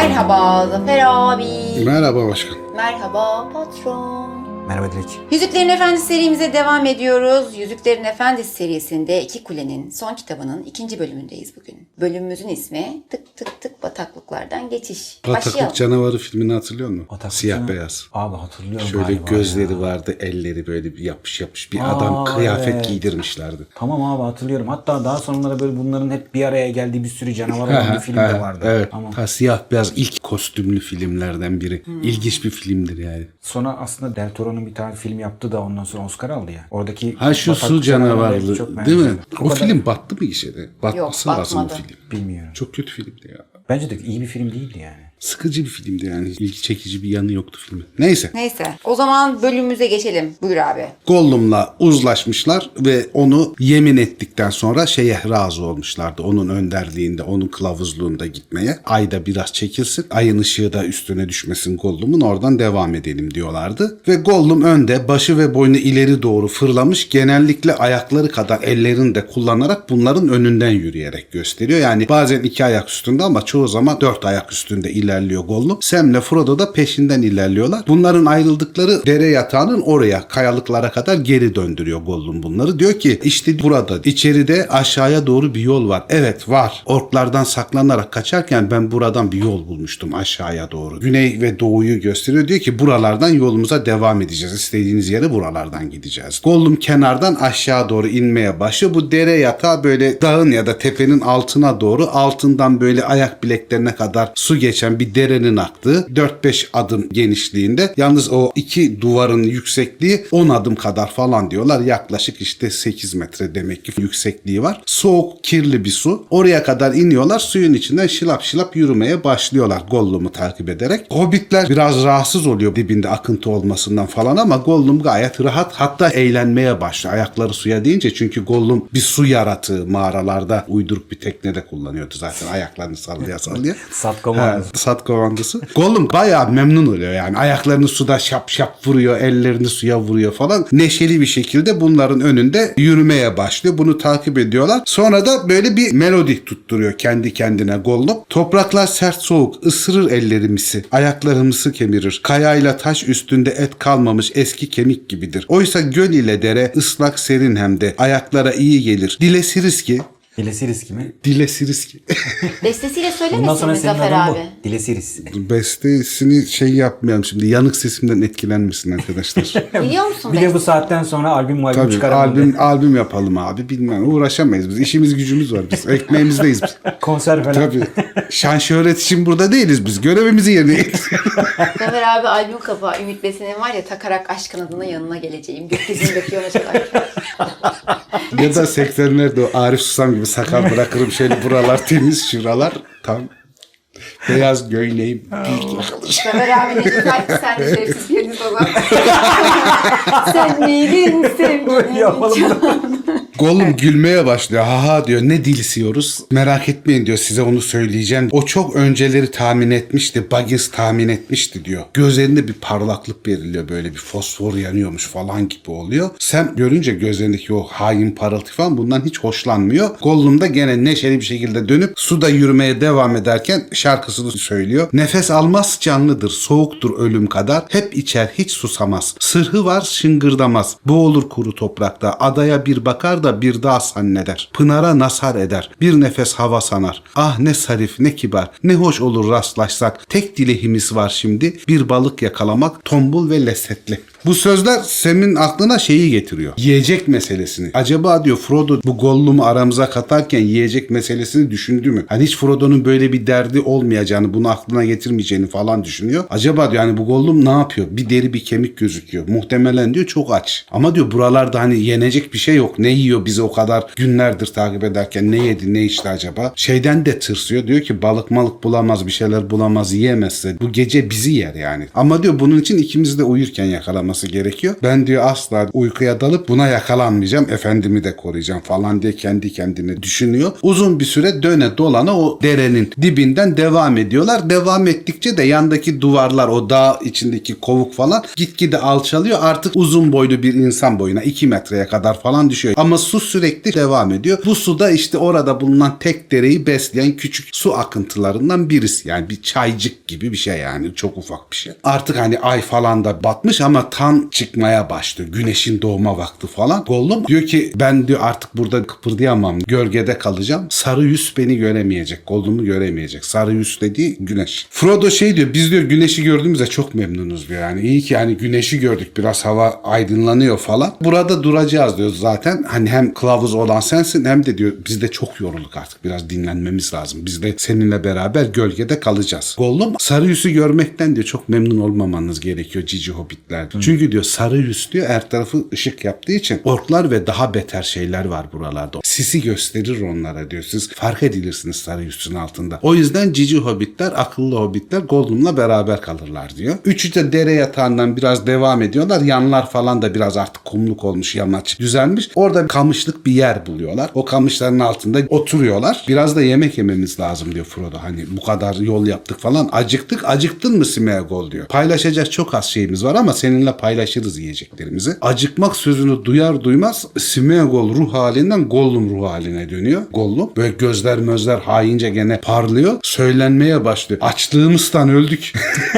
Merhaba Zafer abi. Merhaba başkan. Merhaba patron. Merhaba Dilek. Yüzüklerin Efendisi serimize devam ediyoruz. Yüzüklerin Efendisi serisinde İki Kule'nin son kitabının 2. bölümündeyiz bugün. Bölümümüzün ismi Tık Tık Tık Bataklıklardan Geçiş. Bataklık Canavarı filmini hatırlıyor musun? Bataklık Siyah Canavarı. beyaz. Abi hatırlıyorum Şöyle galiba gözleri ya. vardı, elleri böyle bir yapış bir adam kıyafet evet. giydirmişlerdi. Tamam abi hatırlıyorum. Hatta daha sonraları böyle bunların hep bir araya geldiği bir sürü canavar olan bir film de vardı. Evet. Tamam. Siyah beyaz ilk kostümlü filmlerden biri. İlginç bir filmdir yani. Sonra aslında Del Toro'nun bir tane film yaptı da ondan sonra Oscar aldı ya. Oradaki Şu bataklık su canavarlı çok değil benziyor. mi? O film battı mı gişede? Batması Yok, lazım o batmadı. film. Bilmiyorum. Çok kötü filmdi ya. Bence de iyi bir film değildi yani. Sıkıcı bir filmdi yani. İlgi çekici bir yanı yoktu filmin. Neyse. O zaman bölümümüze geçelim. Buyur abi. Gollum'la uzlaşmışlar ve onu yemin ettikten sonra şeye razı olmuşlardı. Onun önderliğinde, onun kılavuzluğunda gitmeye. Ayda biraz çekilsin, ayın ışığı da üstüne düşmesin Gollum'un, oradan devam edelim diyorlardı. Ve Gollum önde, başı ve boynu ileri doğru fırlamış. Genellikle ayakları kadar ellerini de kullanarak bunların önünden yürüyerek gösteriyor. Yani bazen 2 ayak üstünde ama çoğu zaman 4 ayak üstünde ilerliyor Gollum. Sam'le Frodo da peşinden ilerliyorlar. Bunların ayrıldıkları dere yatağının oraya, kayalıklara kadar geri döndürüyor Gollum bunları. Diyor ki işte burada içeride aşağıya doğru bir yol var. Evet var. Orklardan saklanarak kaçarken ben buradan bir yol bulmuştum aşağıya doğru. Güney ve doğuyu gösteriyor. Diyor ki buralardan yolumuza devam edeceğiz. İstediğiniz yere buralardan gideceğiz. Gollum kenardan aşağı doğru inmeye başlıyor. Bu dere yatağı böyle dağın ya da tepenin altına doğru, altından böyle ayak bileklerine kadar su geçen bir derenin aktığı 4-5 adım genişliğinde. Yalnız o 2 duvarın yüksekliği 10 adım kadar falan diyorlar. Yaklaşık işte 8 metre demek ki yüksekliği var. Soğuk, kirli bir su. Oraya kadar iniyorlar. Suyun içinden şılap şılap yürümeye başlıyorlar Gollum'u takip ederek. Hobbitler biraz rahatsız oluyor dibinde akıntı olmasından falan ama Gollum gayet rahat, hatta eğlenmeye başlıyor. Ayakları suya deyince, çünkü Gollum bir su yaratığı, mağaralarda uyduruk bir teknede kullanıyordu zaten, ayaklarını sallaya sallaya. Sat komandosu. Sat komandosu. Gollum bayağı memnun oluyor yani. Ayaklarını suda şap şap vuruyor, ellerini suya vuruyor falan. Neşeli bir şekilde bunların önünde yürümeye başlıyor. Bunu takip ediyorlar. Sonra da böyle bir melodi tutturuyor kendi kendine Gollum. Topraklar sert soğuk, ısırır ellerimizi, ayaklarımızı kemirir. Kayayla taş üstünde et kalmamış eski kemik gibidir. Oysa göl ile dere ıslak serin hem de ayaklara iyi gelir. Dilesiriz ki Dilesiris mi? Dilesiriz ki. Bestesiyle Bundan söylemesin sonra mi senin Zafer adın abi? bu. Dilesiris. Bestesini yapmayalım şimdi. Yanık sesimden etkilenmesin arkadaşlar. Biliyor musun Bir de bu saatten sonra albüm Tabii çıkaralım. albüm yapalım abi. Bilmem, uğraşamayız biz. İşimiz gücümüz var biz. Ekmeğimizdeyiz biz. Konser falan. Tabii. Şan şöhret için burada değiliz biz. Görevimizi yerine getiriyoruz. Zafer abi albüm kapağı Ümit Besen'in var ya, takarak aşk kanadına yanına geleceğim. Gökyüzündeki yana çalarken. Ya da 80'lerde o Arif Susam gibi sakal bırakırım. Şöyle buralar temiz, şuralar tam beyaz göğleğim. Zafer abi ne güzel ki sen de şerefsiz biriniz o zaman. Sen neydin sevgilim? Yapalım bunu. Gollum gülmeye başlıyor. Ha diyor, ne dilsiyoruz? Merak etmeyin diyor, size onu söyleyeceğim. O çok önceleri tahmin etmişti. Baggins tahmin etmişti diyor. Gözlerinde bir parlaklık veriliyor, böyle bir fosfor yanıyormuş falan gibi oluyor. Sam görünce gözlerindeki o hain parıltı falan bundan hiç hoşlanmıyor. Gollum da gene neşeli bir şekilde dönüp suda yürümeye devam ederken şarkısını söylüyor. Nefes almaz canlıdır, soğuktur ölüm kadar. Hep içer hiç susamaz. Sırhı var şıngırdamaz. Boğulur kuru toprakta. Adaya bir bakar da bir daha sanneder. Pınara nasar eder. Bir nefes hava sanar. Ah ne sarif ne kibar. Ne hoş olur rastlaşsak. Tek dilehimiz var şimdi. Bir balık yakalamak, tombul ve lezzetli. Bu sözler Sam'in aklına şeyi getiriyor. Yiyecek meselesini. Acaba diyor Frodo bu Gollum'u aramıza katarken yiyecek meselesini düşündü mü? Hani hiç Frodo'nun böyle bir derdi olmayacağını, bunu aklına getirmeyeceğini falan düşünüyor. Acaba diyor yani bu Gollum ne yapıyor? Bir deri bir kemik gözüküyor. Muhtemelen diyor çok aç. Ama diyor buralarda hani yenecek bir şey yok. Ne yiyor bizi o kadar günlerdir takip ederken? Ne yedi ne içti acaba? Şeyden de tırsıyor. Diyor ki balık malık bulamaz, bir şeyler bulamaz, yiyemezse bu gece bizi yer yani. Ama diyor bunun için ikimiz de uyurken yakalaması gerekiyor. Ben diyor asla uykuya dalıp buna yakalanmayacağım. Efendimi de koruyacağım falan diye kendi kendine düşünüyor. Uzun bir süre döne dolana o derenin dibinden devam ediyorlar. Devam ettikçe de yandaki duvarlar, o dağ içindeki kovuk falan gitgide alçalıyor. Artık uzun boylu bir insan boyuna 2 metreye kadar falan düşüyor. Ama su sürekli devam ediyor. Bu su da işte orada bulunan tek dereyi besleyen küçük su akıntılarından birisi. Yani bir çaycık gibi bir şey yani. Çok ufak bir şey. Artık hani ay falan da batmış ama tan çıkmaya başlıyor. Güneşin doğma vakti falan. Gollum diyor ki ben diyor artık burada kıpırdayamam. Gölgede kalacağım. Sarı yüz beni göremeyecek. Gollum'u göremeyecek. Sarı yüz dediği güneş. Frodo şey diyor, biz diyor güneşi gördüğümüzde çok memnunuz diyor. Yani iyi ki yani güneşi gördük. Biraz hava aydınlanıyor falan. Burada duracağız diyor zaten. Hani hem kılavuz olan sensin hem de diyor biz de çok yorulduk artık. Biraz dinlenmemiz lazım. Biz de seninle beraber gölgede kalacağız. Gollum sarı yüzü görmekten diyor çok memnun olmamanız gerekiyor cici hobbitler. Çünkü diyor sarı yüz diyor her tarafı ışık yaptığı için orklar ve daha beter şeyler var buralarda. Sisi gösterir onlara diyor. Siz fark edilirsiniz sarı yüzün altında. O yüzden cici hobbitler, akıllı hobbitler Gollum'la beraber kalırlar diyor. Üçü de dere yatağından biraz devam ediyorlar. Yanlar falan da biraz artık kumluk olmuş, yamaç düzelmiş. Orada kamışlık bir yer buluyorlar. O kamışların altında oturuyorlar. Biraz da yemek yememiz lazım diyor Frodo. Hani bu kadar yol yaptık falan. Acıktık. Acıktın mı Smeagol diyor. Paylaşacak çok az şeyimiz var ama seninle paylaşırız yiyeceklerimizi. Acıkmak sözünü duyar duymaz Smeagol ruh halinden Gollum ruh haline dönüyor. Gollum böyle gözler mözler haince gene parlıyor. Söylenmeye başlıyor. Açlığımızdan öldük.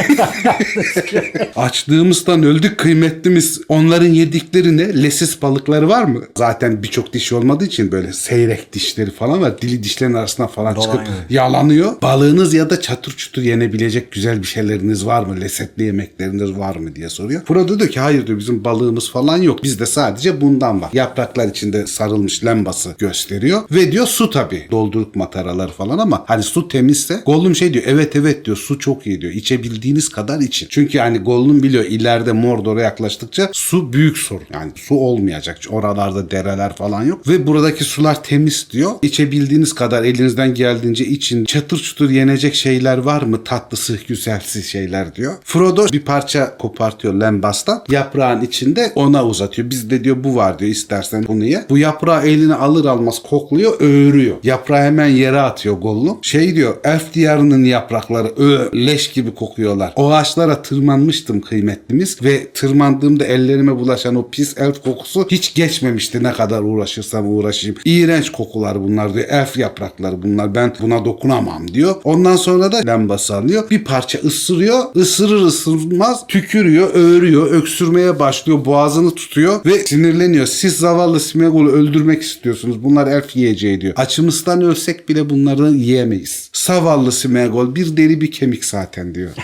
Açlığımızdan öldük kıymetlimiz. Onların yedikleri ne? Lesis balıkları var mı? Zaten birçok dişi olmadığı için böyle seyrek dişleri falan var. Dili dişlerin arasına falan çıkıp yalanıyor. Balığınız ya da çatır çutur yenebilecek güzel bir şeyleriniz var mı? Lezzetli yemekleriniz var mı diye soruyor. Frodo diyor ki hayır diyor bizim balığımız falan yok. Bizde sadece bundan var. Yapraklar içinde sarılmış lembası gösteriyor. Ve diyor su tabii. Dolduruk mataraları falan ama hani su temizse Gollum şey diyor evet diyor su çok iyi diyor. İçebildiğiniz kadar için. Çünkü hani Gollum biliyor ileride Mordor'a yaklaştıkça su büyük sorun. Yani su olmayacak. Oralarda dereler falan yok. Ve buradaki sular temiz diyor. İçebildiğiniz kadar elinizden geldiğince için çatır çutur yenecek şeyler var mı? Tatlısı, güzelsi şeyler diyor. Frodo bir parça kopartıyor lembastan. Yaprağın içinde ona uzatıyor. Bizde diyor bu var diyor. İstersen bunu ye. Bu yaprağı eline alır almaz kokluyor, öğürüyor. Yaprağı hemen yere atıyor Gollum. Şey diyor, elf diyarının yaprakları leş gibi kokuyorlar. O ağaçlara tırmanmıştım kıymetlimiz ve tırmandığımda ellerime bulaşan o pis elf kokusu hiç geçmemişti ne kadar uğraşırsam uğraşayım. İğrenç kokular bunlar diyor. Elf yaprakları bunlar. Ben buna dokunamam diyor. Ondan sonra da lambası alıyor. Bir parça ısırıyor. Isırır ısırmaz tükürüyor, öğürüyor, öksürmeye başlıyor. Boğazını tutuyor ve sinirleniyor. Siz zavallı Smeagol'u öldürmek istiyorsunuz. Bunlar elf yiyeceği diyor. Açımızdan ölsek bile bunları yiyemeyiz. Zavallı Smeagol bir deri bir kemik zaten diyor.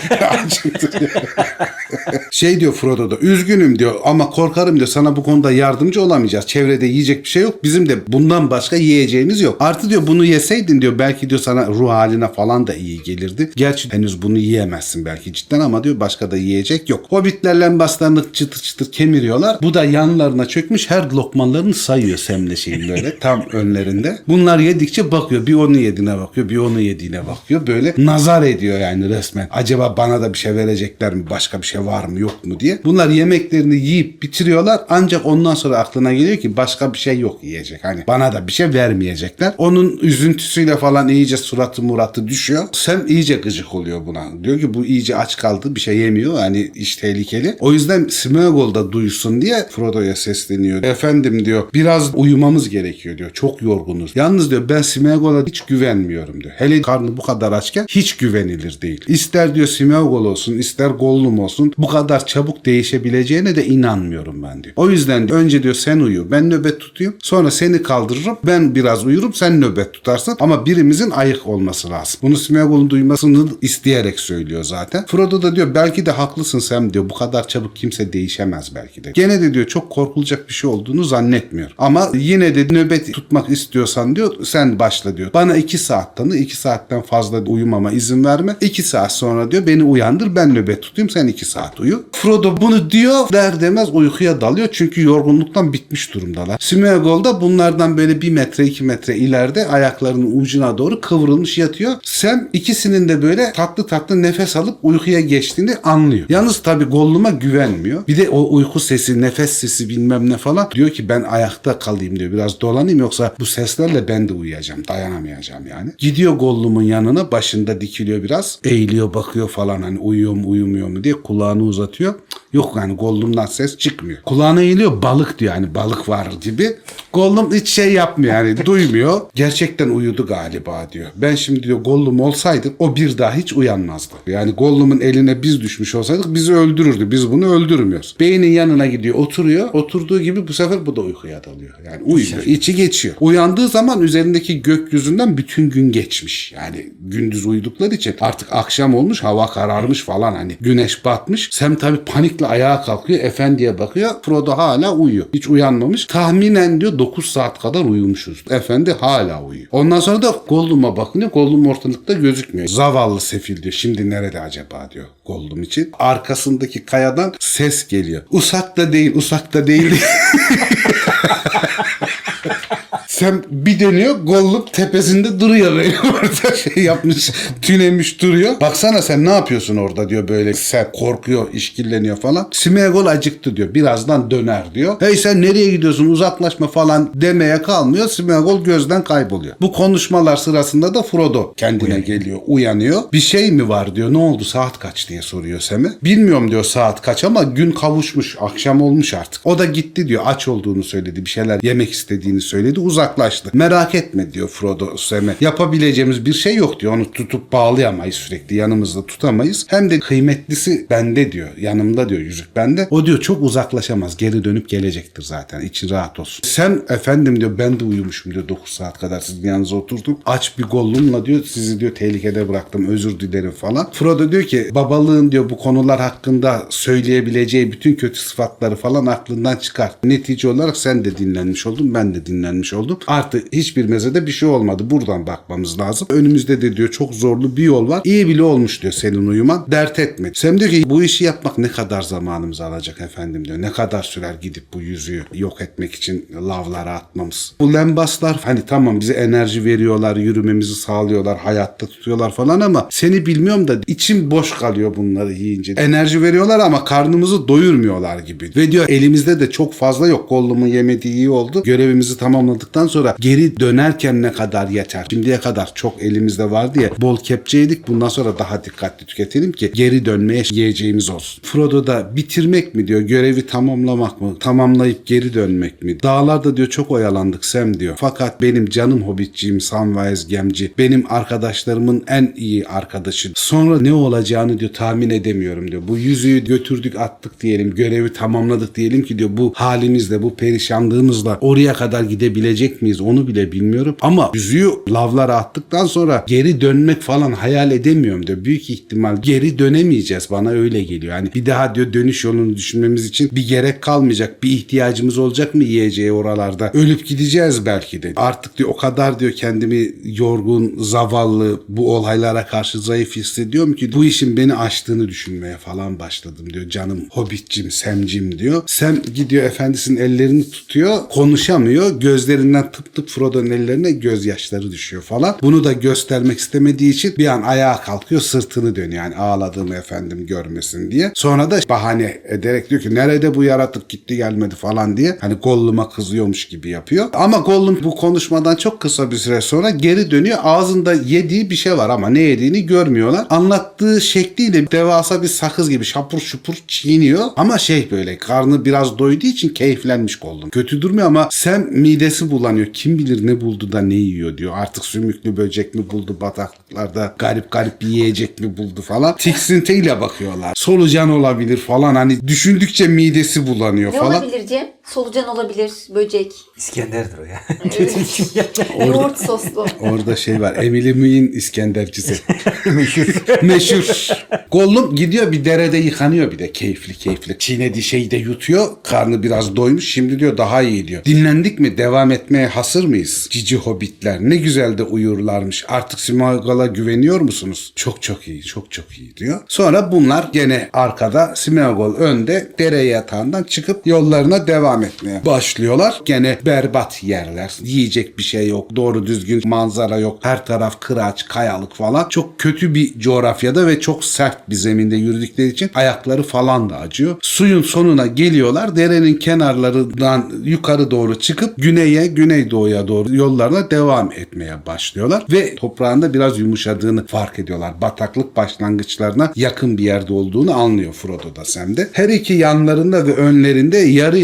Şey diyor Frodo da üzgünüm diyor ama korkarım diyor sana bu konuda yardımcı olamayacağız. Çevrede yiyecek bir şey yok. Bizim de bundan başka yiyeceğimiz yok. Artı diyor bunu yeseydin diyor belki diyor sana ruh haline falan da iyi gelirdi. Gerçi henüz bunu yiyemezsin belki cidden ama diyor başka da yiyecek yok. Hobbitler lembaslarını çıtır çıtır kemiriyorlar. Bu da yanlarına çökmüş her lokmalarını sayıyor Sem'le şeyin böyle tam önlerinde. Bunlar yedikçe bakıyor. Bir onu yediğine bakıyor. Bir onu yediğine bakıyor. Böyle nazar ediyor yani resmen. Acaba bana da bir şey verecekler mi? Başka bir şey var mı yok mu diye. Bunlar yemeklerini yiyip bitiriyorlar. Ancak ondan sonra aklına geliyor ki başka bir şey yok yiyecek. Hani bana da bir şey vermeyecekler. Onun üzüntüsüyle falan iyice suratı muratı düşüyor. Sam iyice gıcık oluyor buna. Diyor ki bu iyice aç kaldı. Bir şey yemiyor. Hani iş tehlikeli. O yüzden Smeagol da duysun diye Frodo'ya sesleniyor. Efendim diyor biraz uyumamız gerekiyor diyor. Çok yorgunuz. Yalnız diyor ben Smeagol'a hiç güvenmiyorum diyor. Hele karnı bu kadar açken hiç güvenilir değil. İster diyor Smeagol olsun ister Gollum olsun bu kadar çabuk değişebileceğine de inanmıyorum ben diyor. O yüzden önce diyor sen uyu ben nöbet tutayım sonra seni kaldırırım ben biraz uyurum sen nöbet tutarsın ama birimizin ayık olması lazım. Bunu Smeagol'un duymasını isteyerek söylüyor zaten. Frodo da diyor belki de haklısın Sam diyor bu kadar çabuk kimse değişemez belki de. Gene de diyor çok korkulacak bir şey olduğunu zannetmiyor. Ama yine de nöbet tutmak istiyorsan diyor sen başla diyor. Bana 2 saat tanı 2 saatten fazla uyumama izin verme. 2 saat sonra diyor beni uyandır ben nöbet tutayım sen 2 saat uyu. Frodo bunu diyor der demez uykuya dalıyor çünkü yorgunluktan bitmiş durumdalar. Smeagol da bunlardan böyle 1 metre 2 metre ileride ayaklarının ucuna doğru kıvrılmış yatıyor. Sam ikisinin de böyle tatlı tatlı nefes alıp uykuya geçtiğini anlıyor. Yalnız tabii Gollum'a güvenmiyor. Bir de o uyku sesi, nefes sesi bilmem ne falan diyor ki ben ayakta kalayım diyor. Biraz dolanayım yoksa bu seslerle ben de uyuyacağım. Dayanamayacağım yani. Gidiyor Gollum'un yanına başında dikiliyor biraz. Eğiliyor bakıyor falan hani uyuyor mu uyumuyor mu diye kulağını uzatıyor. Yok yani Gollum'dan ses çıkmıyor. Kulağına eğiliyor balık diyor yani balık var gibi. Gollum hiç şey yapmıyor yani duymuyor. Gerçekten uyudu galiba diyor. Ben şimdi diyor Gollum olsaydım o bir daha hiç uyanmazdı. Yani Gollum'un eline biz düşmüş olsaydık bizi öldürürdü. Biz bunu öldürmüyoruz. Beynin yanına gidiyor oturuyor. Oturduğu gibi bu sefer bu da uykuya dalıyor. Yani uyuyor. İçi geçiyor. Uyandığı zaman üzerindeki gökyüzünden bütün gün geçmiş. Yani gündüz uyudukları için artık akşam olmuş, hava kararmış falan, hani güneş batmış. Sam tabii panikle ayağa kalkıyor. Efendiye bakıyor. Frodo hala uyuyor. Hiç uyanmamış. Tahminen diyor 9 saat kadar uyumuşuz. Efendi hala uyuyor. Ondan sonra da Gollum'a bakınıyor. Gollum ortalıkta gözükmüyor. Zavallı sefil diyor. Şimdi nerede acaba diyor Gollum için. Arkasındaki kayadan ses geliyor. Uzakta değil, uzakta değil. Sen bir dönüyor, Gollum tepesinde duruyor böyle orada şey yapmış, tünemiş duruyor. Baksana sen ne yapıyorsun orada diyor böyle. Sen korkuyor, işkilleniyor falan. Smeagol acıktı diyor. Birazdan döner diyor. Hey sen nereye gidiyorsun, uzaklaşma falan demeye kalmıyor. Smeagol gözden kayboluyor. Bu konuşmalar sırasında da Frodo kendine geliyor, uyanıyor. Bir şey mi var diyor. Ne oldu, saat kaç diye soruyor Sam'e. Bilmiyorum diyor saat kaç ama gün kavuşmuş, akşam olmuş artık. O da gitti diyor, aç olduğunu söyledi. Bir şeyler yemek istediğini söyledi. Uzaklaştı. Merak etme diyor Frodo Sam'e. Yapabileceğimiz bir şey yok diyor. Onu tutup bağlayamayız, sürekli yanımızda tutamayız. Hem de kıymetlisi bende diyor. Yanımda diyor, yüzük bende. O diyor çok uzaklaşamaz. Geri dönüp gelecektir zaten. İçin rahat olsun. Sen efendim diyor ben de uyumuşum diyor 9 saat kadar sizin yanınıza oturdum. Aç bir Gollum'la diyor sizi diyor tehlikede bıraktım, özür dilerim falan. Frodo diyor ki babalığın diyor bu konular hakkında söyleyebileceği bütün kötü sıfatları falan aklından çıkar. Netice olarak sen de dinlenmiş oldun, ben de dinlenmiş oldum. Artık hiçbir mezede bir şey olmadı. Buradan bakmamız lazım. Önümüzde de diyor çok zorlu bir yol var. İyi bile olmuş diyor senin uyuman. Dert etme. Sam diyor ki bu işi yapmak ne kadar zamanımızı alacak efendim diyor. Ne kadar sürer gidip bu yüzüğü yok etmek için lavlara atmamız. Bu lembaslar hani tamam bize enerji veriyorlar, yürümemizi sağlıyorlar, hayatta tutuyorlar falan ama seni bilmiyorum da içim boş kalıyor bunları yiyince. Enerji veriyorlar ama karnımızı doyurmuyorlar gibi. Ve diyor elimizde de çok fazla yok. Gollum'un yemediği iyi oldu. Görevimizi tamamladıktan sonra geri dönerken ne kadar yeter? Şimdiye kadar çok elimizde var diye bol kepçe yedik. Bundan sonra daha dikkatli tüketelim ki geri dönmeye yiyeceğimiz olsun. Frodo da bitirmek mi diyor, görevi tamamlamak mı, tamamlayıp geri dönmek mi? Dağlarda diyor çok oyalandık Sam diyor. Fakat benim canım hobbitciğim Samwise Gamgee, benim arkadaşlarımın en iyi arkadaşı. Sonra ne olacağını diyor tahmin edemiyorum diyor. Bu yüzüğü götürdük attık diyelim, görevi tamamladık diyelim ki diyor bu halimizle, bu perişanlığımızla oraya kadar gidebilecek miyiz onu bile bilmiyorum. Ama yüzüğü lavlara attıktan sonra geri dönmek falan hayal edemiyorum diyor. Büyük ihtimal geri dönemeyeceğiz, bana öyle geliyor. Yani bir daha diyor dönüş yolunu düşünmemiz için bir gerek kalmayacak, bir ihtiyacımız olacak mı yiyeceği oralarda? Ölüp gideceğiz belki de. Artık diyor o kadar diyor kendimi yorgun, zavallı, bu olaylara karşı zayıf hissediyorum ki bu işin beni aştığını düşünmeye falan başladım diyor. Canım hobbitcim, Sam'cim diyor. Sam gidiyor efendisinin ellerini tutuyor, konuşamıyor. Gözlerinden tıp tıp Frodo'nun ellerine gözyaşları düşüyor falan. Bunu da göstermek istemediği için bir an ayağa kalkıyor, sırtını dönüyor. Yani ağladığımı efendim görmesin diye. Sonra da bahane ederek diyor ki nerede bu yaratık gitti gelmedi falan diye. Hani Gollum'a kızıyormuş gibi yapıyor. Ama Gollum bu konuşmadan çok kısa bir süre sonra geri dönüyor. Ağzında yediği bir şey var ama ne yediğini görmüyorlar. Anlattığı şekliyle devasa bir sakız gibi şapur şupur çiğniyor. Ama böyle karnı biraz doyduğu için keyiflenmiş Gollum. Kötü durmuyor ama Sam midesi bulanıyor. Kim bilir ne buldu da ne yiyor diyor. Artık sümüklü böcek mi buldu bataklıklarda, garip garip bir yiyecek mi buldu falan. Tiksintiyle bakıyorlar. Solucan olabilir falan. Hani düşündükçe midesi bulanıyor Ne falan. olabilir Cem? Solucan olabilir, böcek. İskender'dir o ya. Yoğurt soslu. Orada var. Emily Mee'in İskendercisi. Meşhur. Meşhur. Gollum gidiyor bir derede yıkanıyor bir de keyifli. Çiğnediği şeyi de yutuyor. Karnı biraz doymuş. Şimdi diyor daha iyi diyor. Dinlendik mi? Devam etmeye hasır mıyız? Cici hobbitler. Ne güzel de uyurlarmış. Artık Smeagol'a güveniyor musunuz? Çok iyi. Çok iyi diyor. Sonra bunlar gene arkada, Smeagol önde dere yatağından çıkıp yollarına devam etmeye başlıyorlar. Gene berbat yerler. Yiyecek bir şey yok. Doğru düzgün manzara yok. Her taraf kıraç, kayalık falan. Çok kötü bir coğrafyada ve çok sert bir zeminde yürüdükleri için ayakları falan da acıyor. Suyun sonuna geliyorlar. Derenin kenarlarından yukarı doğru çıkıp güneydoğuya doğru yollarına devam etmeye başlıyorlar. Ve toprağında biraz yumuşadığını fark ediyorlar. Bataklık başlangıçlarına yakın bir yerde olduğunu anlıyor Frodo da Sam de. Her iki yanlarında ve önlerinde yarı yarıya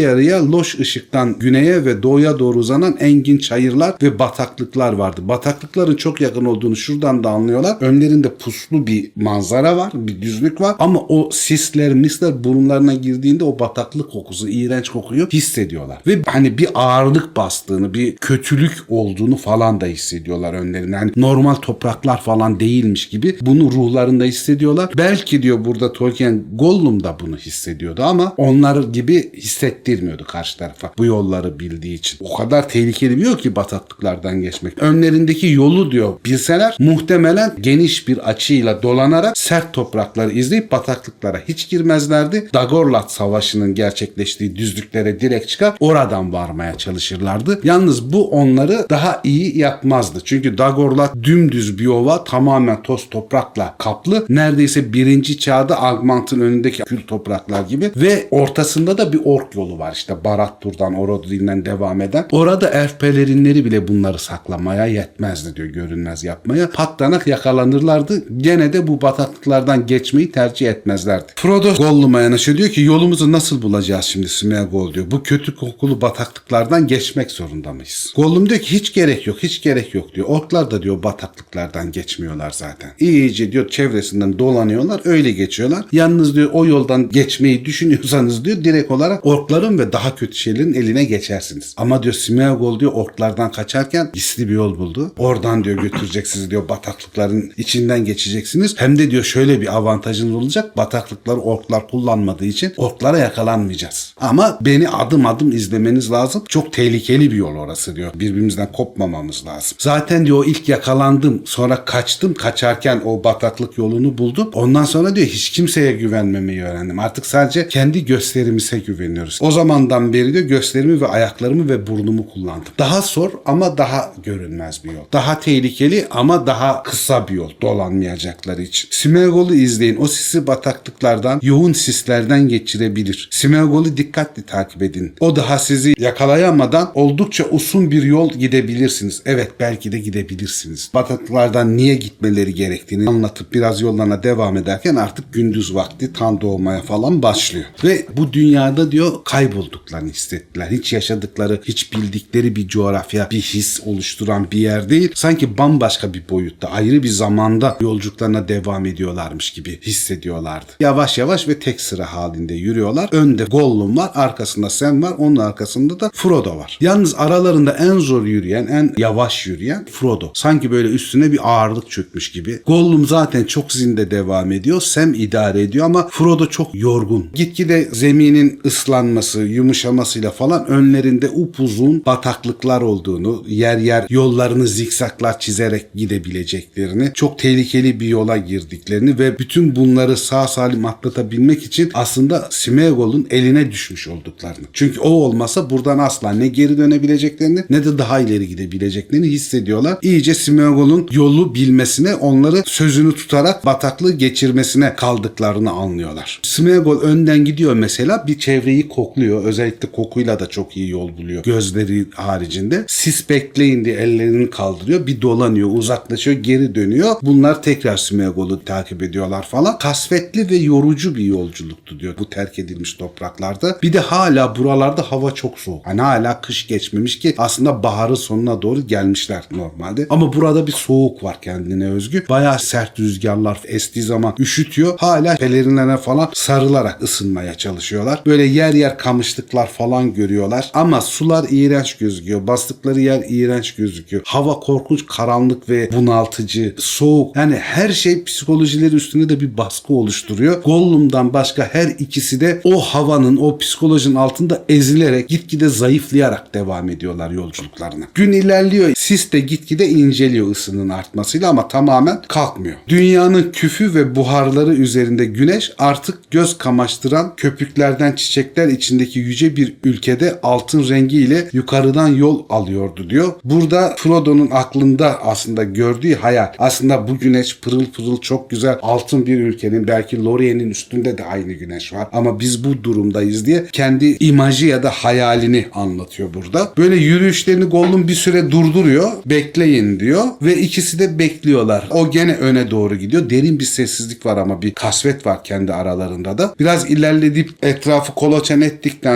da loş ışıktan güneye ve doğuya doğru uzanan engin çayırlar ve bataklıklar vardı. Bataklıkların çok yakın olduğunu şuradan da anlıyorlar. Önlerinde puslu bir manzara var, bir düzlük var ama o sisler, misler burunlarına girdiğinde o bataklık kokusu, iğrenç kokuyu hissediyorlar. Ve hani bir ağırlık bastığını, bir kötülük olduğunu falan da hissediyorlar önlerinde. Yani normal topraklar falan değilmiş gibi bunu ruhlarında hissediyorlar. Belki diyor burada Tolkien, Gollum da bunu hissediyordu ama onlar gibi hissettirmiyordu karşı tarafa. Bu yolları bildiği için. O kadar tehlikeli bir yol ki bataklıklardan geçmek. Önlerindeki yolu diyor bilseler muhtemelen geniş bir açıyla dolanarak sert toprakları izleyip bataklıklara hiç girmezlerdi. Dagorlat Savaşı'nın gerçekleştiği düzlüklere direkt çıkar oradan varmaya çalışırlardı. Yalnız bu onları daha iyi yapmazdı. Çünkü Dagorlat dümdüz bir ova, tamamen toz toprakla kaplı. Neredeyse birinci çağda Agmant'ın önündeki kül topraklar gibi ve ortasında da bir ork yolu var. İşte Barad-dûr'dan Orodruin'den devam eden. Orada elf pelerinleri bile bunları saklamaya yetmezdi diyor, görünmez yapmaya. Patlanak yakalanırlardı. Gene de bu bataklıklardan geçmeyi tercih etmezlerdi. Frodo Gollum'a yanaşıyor, diyor ki yolumuzu nasıl bulacağız şimdi Smeagol diyor. Bu kötü kokulu bataklıklardan geçmek zorunda mıyız? Gollum diyor ki hiç gerek yok, hiç gerek yok diyor. Orklar da diyor bataklıklardan geçmiyorlar zaten. İyice diyor çevresinden dolanıyorlar, öyle geçiyorlar. Yalnız diyor o yoldan geçmeyi düşünüyorsanız diyor direkt olarak orkların ve daha kötü şeylerin eline geçersiniz. Ama diyor Smeagol diyor orklardan kaçarken gizli bir yol buldu. Oradan diyor götürecek sizi diyor, bataklıkların içinden geçeceksiniz. Hem de diyor şöyle bir avantajınız olacak. Bataklıkları orklar kullanmadığı için orklara yakalanmayacağız. Ama beni adım adım izlemeniz lazım. Çok tehlikeli bir yol orası diyor. Birbirimizden kopmamamız lazım. Zaten diyor ilk yakalandım, sonra kaçtım. Kaçarken o bataklık yolunu buldum. Ondan sonra diyor hiç kimseye güvenmemeyi öğrendim. Artık sadece kendi gösterimize güveniyoruz. O zamandan beri diyor gösterimi ve ayaklarımı ve burnumu kullandım. Daha zor ama daha görünmez bir yol. Daha tehlikeli ama daha kısa bir yol. Dolanmayacakları için. Smeagol'u izleyin. O sisi bataklıklardan, yoğun sislerden geçirebilir. Smeagol'u dikkatli takip edin. O daha sizi yakalayamadan oldukça uzun bir yol gidebilirsiniz. Evet, belki de gidebilirsiniz. Bataklıklardan niye gitmeleri gerektiğini anlatıp biraz yollarına devam ederken artık gündüz vakti tam doğmaya falan başlıyor. Ve bu dünyada diyor kaybolduklarını hissettiler. Hiç yaşadıkları, hiç bildikleri bir coğrafya, bir his oluşturan bir yer değil. Sanki bambaşka bir boyutta, ayrı bir zamanda yolculuklarına devam ediyorlarmış gibi hissediyorlardı. Yavaş yavaş ve tek sıra halinde yürüyorlar. Önde Gollum var, arkasında Sam var, onun arkasında da Frodo var. Yalnız aralarında en zor yürüyen, en yavaş yürüyen Frodo. Sanki böyle üstüne bir ağırlık çökmüş gibi. Gollum zaten çok zinde devam ediyor. Sam idare ediyor ama Frodo çok yorgun. Gitgide zeminin ıslanması, yumuşamasıyla falan önlerinde upuzun bataklıklar olduğunu, yer yer yollarını zikzaklar çizerek gidebileceklerini, çok tehlikeli bir yola girdiklerini ve bütün bunları sağ salim atlatabilmek için aslında Smeagol'un eline düşmüş olduklarını. Çünkü o olmasa buradan asla ne geri dönebileceklerini ne de daha ileri gidebileceklerini hissediyorlar. İyice Smeagol'un yolu bilmesine, onları sözünü tutarak bataklığı geçirmesine kaldıklarını anlıyorlar. Smeagol önden gidiyor mesela, bir çevreyi kokluyor. Özellikle kokuyla da çok iyi yol buluyor. Gözleri haricinde. Siz bekleyin diye ellerini kaldırıyor. Bir dolanıyor, uzaklaşıyor, geri dönüyor. Bunlar tekrar Smeagol'u takip ediyorlar falan. Kasvetli ve yorucu bir yolculuktu diyor bu terk edilmiş topraklarda. Bir de hala buralarda hava çok soğuk. Hani hala kış geçmemiş ki aslında baharın sonuna doğru gelmişler normalde. Ama burada bir soğuk var kendine özgü. Bayağı sert rüzgarlar estiği zaman üşütüyor. Hala pelerinlerine falan sarılarak ısınmaya çalışıyorlar. Böyle yer yer kamışlıklar falan görüyorlar. Ama sular iğrenç gözüküyor. Bastıkları yer iğrenç gözüküyor. Hava korkunç, karanlık ve bunaltıcı, soğuk. Yani her şey psikolojileri üstünde de bir baskı oluşturuyor. Gollum'dan başka her ikisi de o havanın, o psikolojinin altında ezilerek, gitgide zayıflayarak devam ediyorlar yolculuklarına. Gün ilerliyor. Sis de gitgide inceliyor ısının artmasıyla ama tamamen kalkmıyor. Dünyanın küfü ve buharları üzerinde güneş artık göz kamaştıran köpüklerden çiçekler içindeki yüce bir ülkede altın rengiyle yukarıdan yol alıyordu diyor. Burada Frodo'nun aklında aslında gördüğü hayal. Aslında bu güneş pırıl pırıl çok güzel altın bir ülkenin, belki Lorien'in üstünde de aynı güneş var ama biz bu durumdayız diye kendi imajı ya da hayalini anlatıyor burada. Böyle yürüyüşlerini Gollum bir süre durduruyor. Bekleyin diyor ve ikisi de bekliyorlar. O gene öne doğru gidiyor. Derin bir sessizlik var ama bir kasvet var kendi aralarında da. Biraz ilerledip etrafı kolaçan ettikten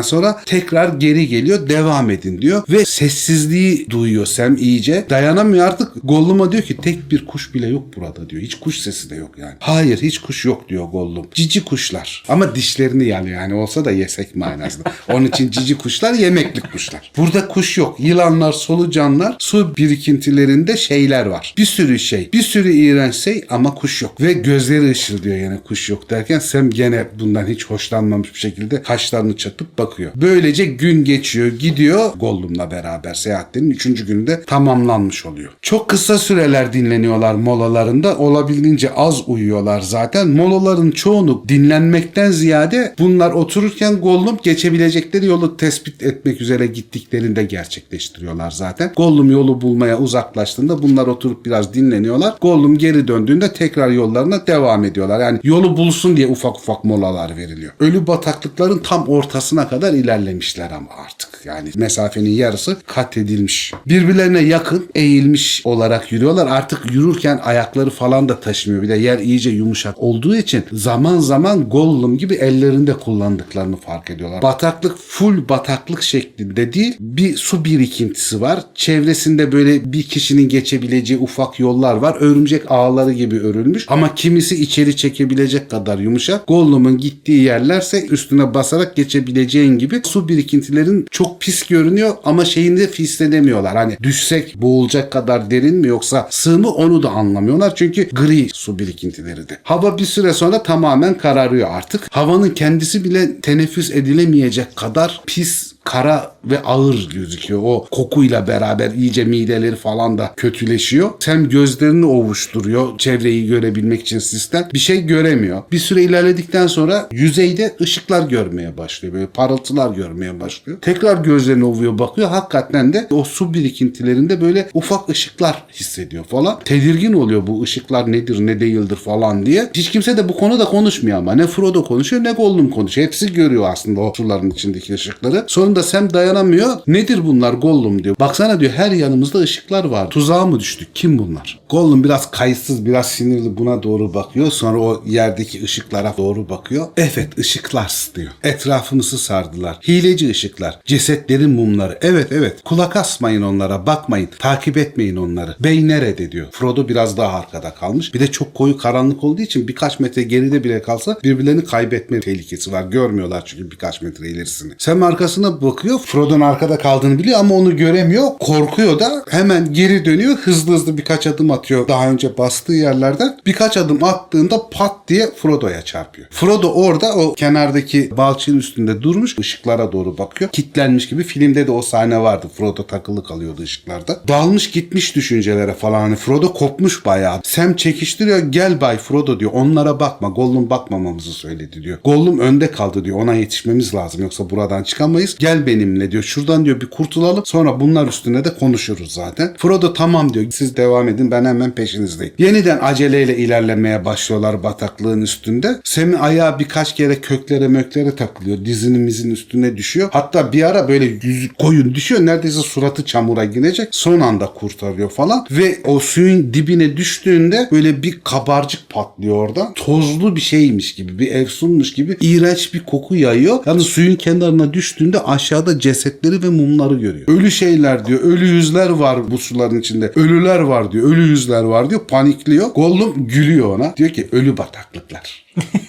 sonra tekrar geri geliyor, devam edin diyor ve sessizliği duyuyor Sam iyice. Dayanamıyor artık. Gollum'a diyor ki tek bir kuş bile yok burada diyor. Hiç kuş sesi de yok yani. Hayır, hiç kuş yok diyor Gollum. Cici kuşlar. Ama dişlerini yani olsa da yesek manasında. Onun için cici kuşlar yemeklik kuşlar. Burada kuş yok. Yılanlar, solucanlar, su birikintilerinde şeyler var. Bir sürü şey. Bir sürü iğrenç şey ama kuş yok. Ve gözleri ışıldıyor yine kuş yok derken Sam gene bundan hiç hoşlanmamış bir şekilde kaşlarını çatıp bakıyor. Böylece gün geçiyor, gidiyor. Gollum'la beraber seyahatlerin 3. gününde tamamlanmış oluyor. Çok kısa süreler dinleniyorlar molalarında. Olabildiğince az uyuyorlar zaten. Molaların çoğunu dinlenmekten ziyade bunlar otururken Gollum geçebilecekleri yolu tespit etmek üzere gittiklerinde gerçekleştiriyorlar zaten. Gollum yolu bulmaya uzaklaştığında bunlar oturup biraz dinleniyorlar. Gollum geri döndüğünde tekrar yollarına devam ediyorlar. Yani yolu bulsun diye ufak ufak molalar veriliyor. Ölü bataklıkların tam ortasına kadar ilerlemişler ama artık. Yani mesafenin yarısı kat edilmiş. Birbirlerine yakın eğilmiş olarak yürüyorlar. Artık yürürken ayakları falan da taşımıyor. Bir de yer iyice yumuşak olduğu için zaman zaman Gollum gibi ellerinde kullandıklarını fark ediyorlar. Bataklık full bataklık şeklinde değil. Bir su birikintisi var. Çevresinde böyle bir kişinin geçebileceği ufak yollar var. Örümcek ağları gibi örülmüş. Ama kimisi içeri çekebilecek kadar yumuşak. Gollum'un gittiği yerlerse üstüne basarak geçebileceğin gibi su birikintilerin çok pis görünüyor ama şeyini de hissedemiyorlar. Hani düşsek boğulacak kadar derin mi yoksa sığ mı onu da anlamıyorlar. Çünkü gri su birikintileri de. Hava bir süre sonra tamamen kararıyor artık. Havanın kendisi bile teneffüs edilemeyecek kadar pis, kara ve ağır gözüküyor. O kokuyla beraber iyice mideleri falan da kötüleşiyor. Sam gözlerini ovuşturuyor çevreyi görebilmek için sistem. Bir şey göremiyor. Bir süre ilerledikten sonra yüzeyde ışıklar görmeye başlıyor. Böyle parıltılar görmeye başlıyor. Tekrar gözlerini ovuyor, bakıyor. Hakikaten de o su birikintilerinde böyle ufak ışıklar hissediyor falan. Tedirgin oluyor bu ışıklar nedir ne değildir falan diye. Hiç kimse de bu konuda konuşmuyor ama. Ne Frodo konuşuyor ne Gollum konuşuyor. Hepsi görüyor aslında o suların içindeki ışıkları. Sonunda Sam dayanamıyor. Nedir bunlar Gollum diyor. Baksana diyor her yanımızda ışıklar var. Tuzağa mı düştük? Kim bunlar? Gollum biraz kayıtsız, biraz sinirli buna doğru bakıyor. Sonra o yerdeki ışıklara doğru bakıyor. Evet ışıklar diyor. Etrafımızı sardılar. Hileci ışıklar. Cesetlerin mumları. Evet. Kulak asmayın onlara. Bakmayın. Takip etmeyin onları. Bey nerede diyor. Frodo biraz daha arkada kalmış. Bir de çok koyu karanlık olduğu için birkaç metre geride bile kalsa birbirlerini kaybetme tehlikesi var. Görmüyorlar çünkü birkaç metre ilerisini. Sam arkasına bakıyor. Frodo'nun arkada kaldığını biliyor ama onu göremiyor. Korkuyor da hemen geri dönüyor. Hızlı birkaç adım atıyor. Daha önce bastığı yerlerden. Birkaç adım attığında pat diye Frodo'ya çarpıyor. Frodo orada o kenardaki balçığın üstünde durmuş. Işıklara doğru bakıyor. Kitlenmiş gibi. Filmde de o sahne vardı. Frodo takılı kalıyordu ışıklarda. Dalmış gitmiş düşüncelere falan. Hani Frodo kopmuş bayağı. Sam çekiştiriyor. Gel Bay Frodo diyor. Onlara bakma. Gollum bakmamamızı söyledi diyor. Gollum önde kaldı diyor. Ona yetişmemiz lazım. Yoksa buradan çıkamayız. Gel benimle diyor. Şuradan diyor bir kurtulalım. Sonra bunlar üstüne de konuşuruz zaten. Frodo tamam diyor. Siz devam edin. Ben hemen peşinizdeyim. Yeniden aceleyle ilerlemeye başlıyorlar bataklığın üstünde. Sam'in ayağı birkaç kere köklere möklere takılıyor. Dizinimizin üstüne düşüyor. Hatta bir ara böyle yüzü koyun düşüyor. Neredeyse suratı çamura girecek. Son anda kurtarıyor falan. Ve o suyun dibine düştüğünde böyle bir kabarcık patlıyor orada. Tozlu bir şeymiş gibi. Bir efsunmuş gibi. İğrenç bir koku yayıyor. Yani suyun kenarına düştüğünde aşağıda cesetleri ve mumları görüyor. Ölü şeyler diyor. Ölü yüzler var bu suların içinde. Ölüler var diyor. Ölü yüzler var diyor. Panikliyor. Gollum gülüyor ona. Diyor ki ölü bataklıklar.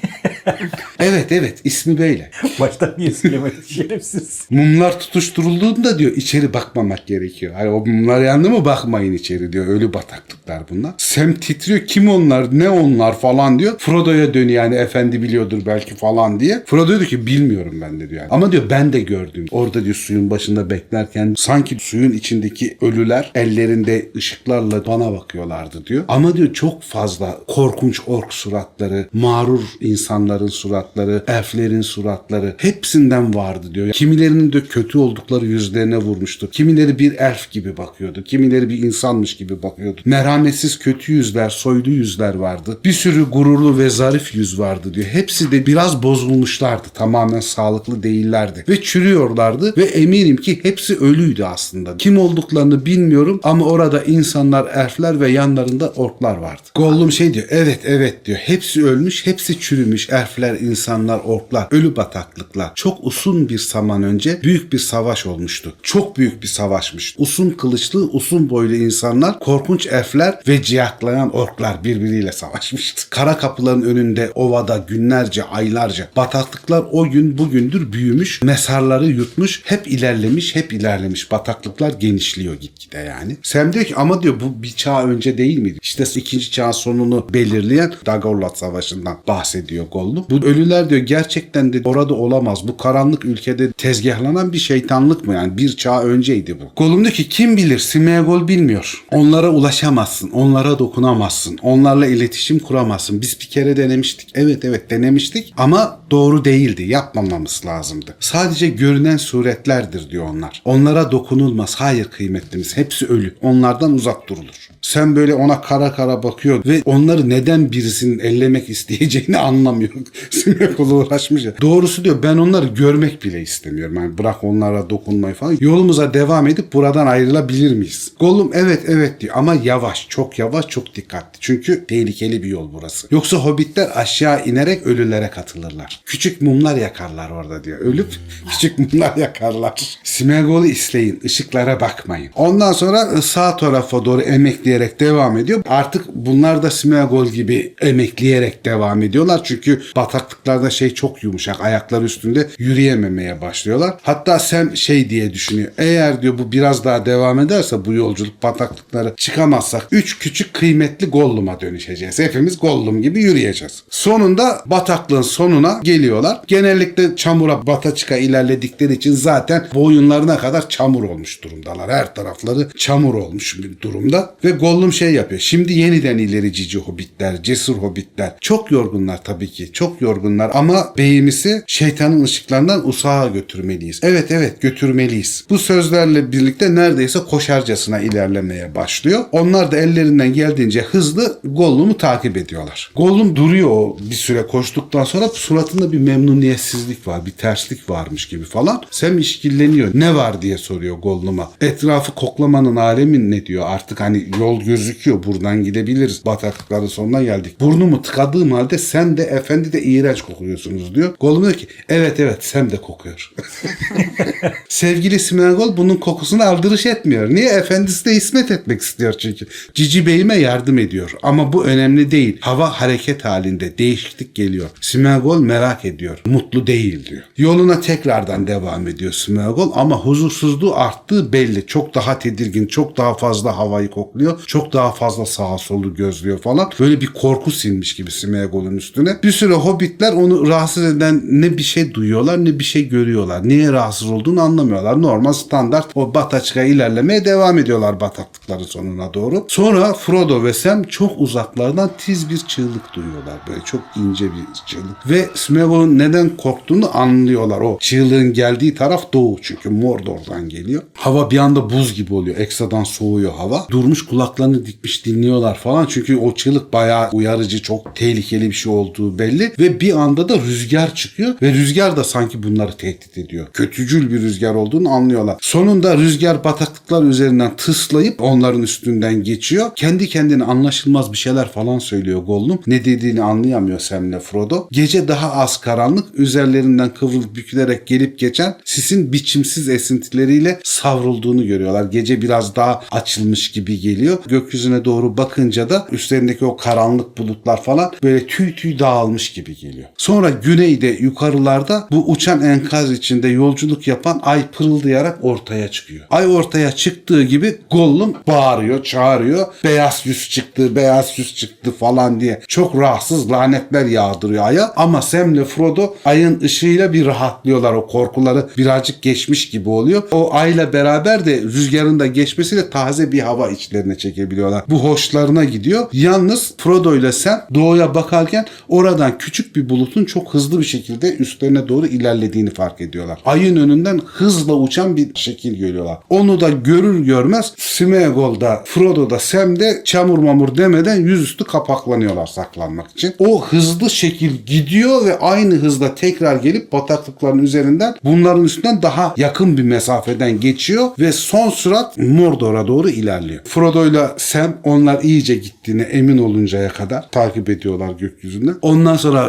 Evet ismi böyle. Baştan niye söylemedin şerefsiz? Mumlar tutuşturulduğunda diyor içeri bakmamak gerekiyor. Hani o mumlar yandı mı bakmayın içeri diyor. Ölü bataklıklar bunlar. Sam titriyor. Kim onlar? Ne onlar falan diyor. Frodo'ya dönüyor yani efendi biliyordur belki falan diye. Frodo diyor ki bilmiyorum ben de diyor. Yani. Ama diyor ben de gördüm. Orada diyor suyun başında beklerken sanki suyun içindeki ölüler ellerinde ışıklarla bana bakıyorlardı diyor. Ama diyor çok fazla korkunç ork suratları, mağrur insanların suratları, elflerin suratları hepsinden vardı diyor. Kimilerinin de kötü oldukları yüzlerine vurmuştu. Kimileri bir elf gibi bakıyordu. Kimileri bir insanmış gibi bakıyordu. Merhametsiz kötü yüzler, soylu yüzler vardı. Bir sürü gururlu ve zarif yüz vardı diyor. Hepsi de biraz bozulmuşlardı. Tamamen sağlıklı değillerdi. Ve çürüyorlardı ve eminim ki hepsi ölüydü aslında. Kim olduklarını bilmiyorum ama orada insanlar, elfler ve yanlarında orklar vardı. Gollum şey diyor. Evet diyor. Hepsi ölmüş, hepsi çürümüş. Elfler, insanlar, orklar, ölü bataklıklar. Çok uzun bir zaman önce büyük bir savaş olmuştu. Çok büyük bir savaşmış. Uzun kılıçlı, uzun boylu insanlar, korkunç elfler ve ciyaklayan orklar birbiriyle savaşmıştı. Kara kapıların önünde ovada günlerce, aylarca bataklıklar o gün bugündür büyümüş, mesarları yutmuş, hep ilerlemiş, hep ilerlemiş. Bataklıklar genişliyor gitgide yani. Sam diyor ki ama diyor bu bir çağ önce değil miydi? İşte 2. çağın sonunu belirleyen Dagorlot Savaşı'ndan bahsediyor Gollum. Bu ölüler diyor gerçekten de orada olamaz. Bu karanlık ülkede tezgahlanan bir şeytanlık mı yani? Bir çağ önceydi bu. Gollum diyor ki kim bilir, Smeagol bilmiyor. Onlara ulaşamazsın. Onlara dokunamazsın. Onlarla iletişim kuramazsın. Biz bir kere denemiştik. Evet denemiştik ama doğru değildi. Yapmamamız lazımdı. Sadece görünen suretlerdir diyor onlar. Onlara dokunulmaz. Hayır kıymetlimiz. Hepsi ölü. Onlardan uzak durulur. Sen böyle ona kara kara bakıyor ve onları neden birisinin ellemek isteyeceğini anlamıyor. Smeagol'a uğraşmış ya. Doğrusu diyor ben onları görmek bile istemiyorum. Yani bırak onlara dokunmayı falan. Yolumuza devam edip buradan ayrılabilir miyiz? Gollum evet diyor ama yavaş, çok dikkatli. Çünkü tehlikeli bir yol burası. Yoksa hobbitler aşağı inerek ölülere katılırlar. Küçük mumlar yakarlar orada diyor. Ölüp küçük mumlar yakarlar. Smeagol'u izleyin, ışıklara bakmayın. Ondan sonra sağ tarafa doğru emekleyerek devam ediyor. Artık bunlar da Smeagol gibi emekleyerek devam ediyorlar. Çünkü bataklıklarda çok yumuşak. Ayakları üstünde yürüyememeye başlıyorlar. Hatta Sam diye düşünüyor. Eğer diyor bu biraz daha devam ederse bu yolculuk bataklıkları çıkamazsak 3 küçük kıymetli Gollum'a dönüşeceğiz. Hepimiz Gollum gibi yürüyeceğiz. Sonunda bataklığın sonuna geliyorlar. Genellikle çamura bata çıka ilerledikleri için zaten boyunlarına kadar çamur olmuş durumdalar. Her tarafları çamur olmuş bir durumda. Ve Gollum yapıyor. Şimdi yeniden ilerici hobbitler, cesur hobbitler. Çok yorgunlar tabii ki. Çok yorgunlar ama beyimizi şeytanın ışıklarından uzağa götürmeliyiz. Evet götürmeliyiz. Bu sözlerle birlikte neredeyse koşarcasına ilerlemeye başlıyor. Onlar da ellerinden geldiğince hızlı Gollum'u takip ediyorlar. Gollum duruyor bir süre koştuktan sonra suratında bir memnuniyetsizlik var. Bir terslik varmış gibi falan. Sam işkilleniyor. Ne var diye soruyor Gollum'a. Etrafı koklamanın alemi ne diyor? Artık hani yol gözüküyor. Buradan gidebiliriz. Bataklıkların sonuna geldik. Burnumu tıkadığım halde sen de efendi de iğrenç kokuyorsunuz diyor. Gollum diyor ki evet Sam de kokuyor. Sevgili Smeagol bunun kokusuna aldırış etmiyor. Niye? Efendisi de hizmet etmek istiyor çünkü. Cici Bey'ime yardım ediyor. Ama bu önemli değil. Hava hareket halinde. Değişiklik geliyor. Smeagol merak ediyor. Mutlu değil diyor. Yoluna tekrardan devam ediyor Smeagol ama huzursuzluğu arttığı belli. Çok daha tedirgin, çok daha fazla havayı kokluyor. Çok daha fazla sağa solu gözlüyor falan. Böyle bir korku sinmiş gibi Smeagol'un üstüne. Bir süre hobbitler onu rahatsız eden ne bir şey duyuyorlar ne bir şey görüyorlar. Niye rahatsız olduğunu anlamıyorlar. Normal standart o bataçka ilerlemeye devam ediyorlar bataklıkların sonuna doğru. Sonra Frodo ve Sam çok uzaklardan tiz bir çığlık duyuyorlar. Böyle çok ince bir çığlık. Ve Smeagol'un neden korktuğunu anlıyorlar. O çığlığın geldiği taraf doğu çünkü Mordor'dan geliyor. Hava bir anda buz gibi oluyor. Ekstradan soğuyor hava. Durmuş kulaklarını dikmiş dinliyorlar falan. Çünkü o çığlık bayağı uyarıcı, çok tehlikeli bir şey olduğu belli. Ve bir anda da rüzgar çıkıyor. Ve rüzgar da sanki bunları tehdit ediyor. Kötücül bir rüzgar olduğunu anlıyorlar. Sonunda rüzgar bataklıklar üzerinden tıslayıp onların üstünden geçiyor. Kendi kendine anlaşılmaz bir şeyler falan söylüyor Gollum. Ne dediğini anlayamıyor Sam'le Frodo. Gece daha az karanlık. Üzerlerinden kıvrılıp bükülerek gelip geçen sisin biçimsiz esintileriyle savrulduğunu görüyorlar. Gece biraz daha açılmış gibi geliyor. Gökyüzüne doğru bakınca da üstlerindeki o karanlık bulutlar falan böyle tüy dağılmış gibi geliyor. Sonra güneyde yukarılarda bu uçan enkaz içinde yolculuk yapan ay pırıldayarak ortaya çıkıyor. Ay ortaya çıktığı gibi Gollum bağırıyor, çağırıyor. Beyaz yüz çıktı falan diye. Çok rahatsız lanetler yağdırıyor aya. Ama Sam'le Frodo ayın ışığıyla bir rahatlıyorlar. O korkuları birazcık geçmiş gibi oluyor. O ayla beraber de rüzgarın da geçmesiyle taze bir hava içlerine çekebiliyorlar. Bu hoşlarına gidiyor. Yalnız Frodo ile Sam doğuya bakarken oradan küçük bir bulutun çok hızlı bir şekilde üstlerine doğru ilerlediğini fark ediyorlar. Ayın önünden hızla uçan bir şekil görüyorlar. Onu da görür görmez Smeagol da Frodo da Sam de çamur mamur demeden yüzüstü kapaklanıyorlar saklanmak için. O hızlı şekil gidiyor ve aynı hızla tekrar gelip bataklıkların üzerinden bunların üstünden daha yakın bir mesafeden geçiyor ve son sürat Mordor'a doğru ilerliyor. Frodo ile Sam onlar iyice gittiğine emin oluncaya kadar takip ediyorlar gökyüzünden. Ondan sonra çamur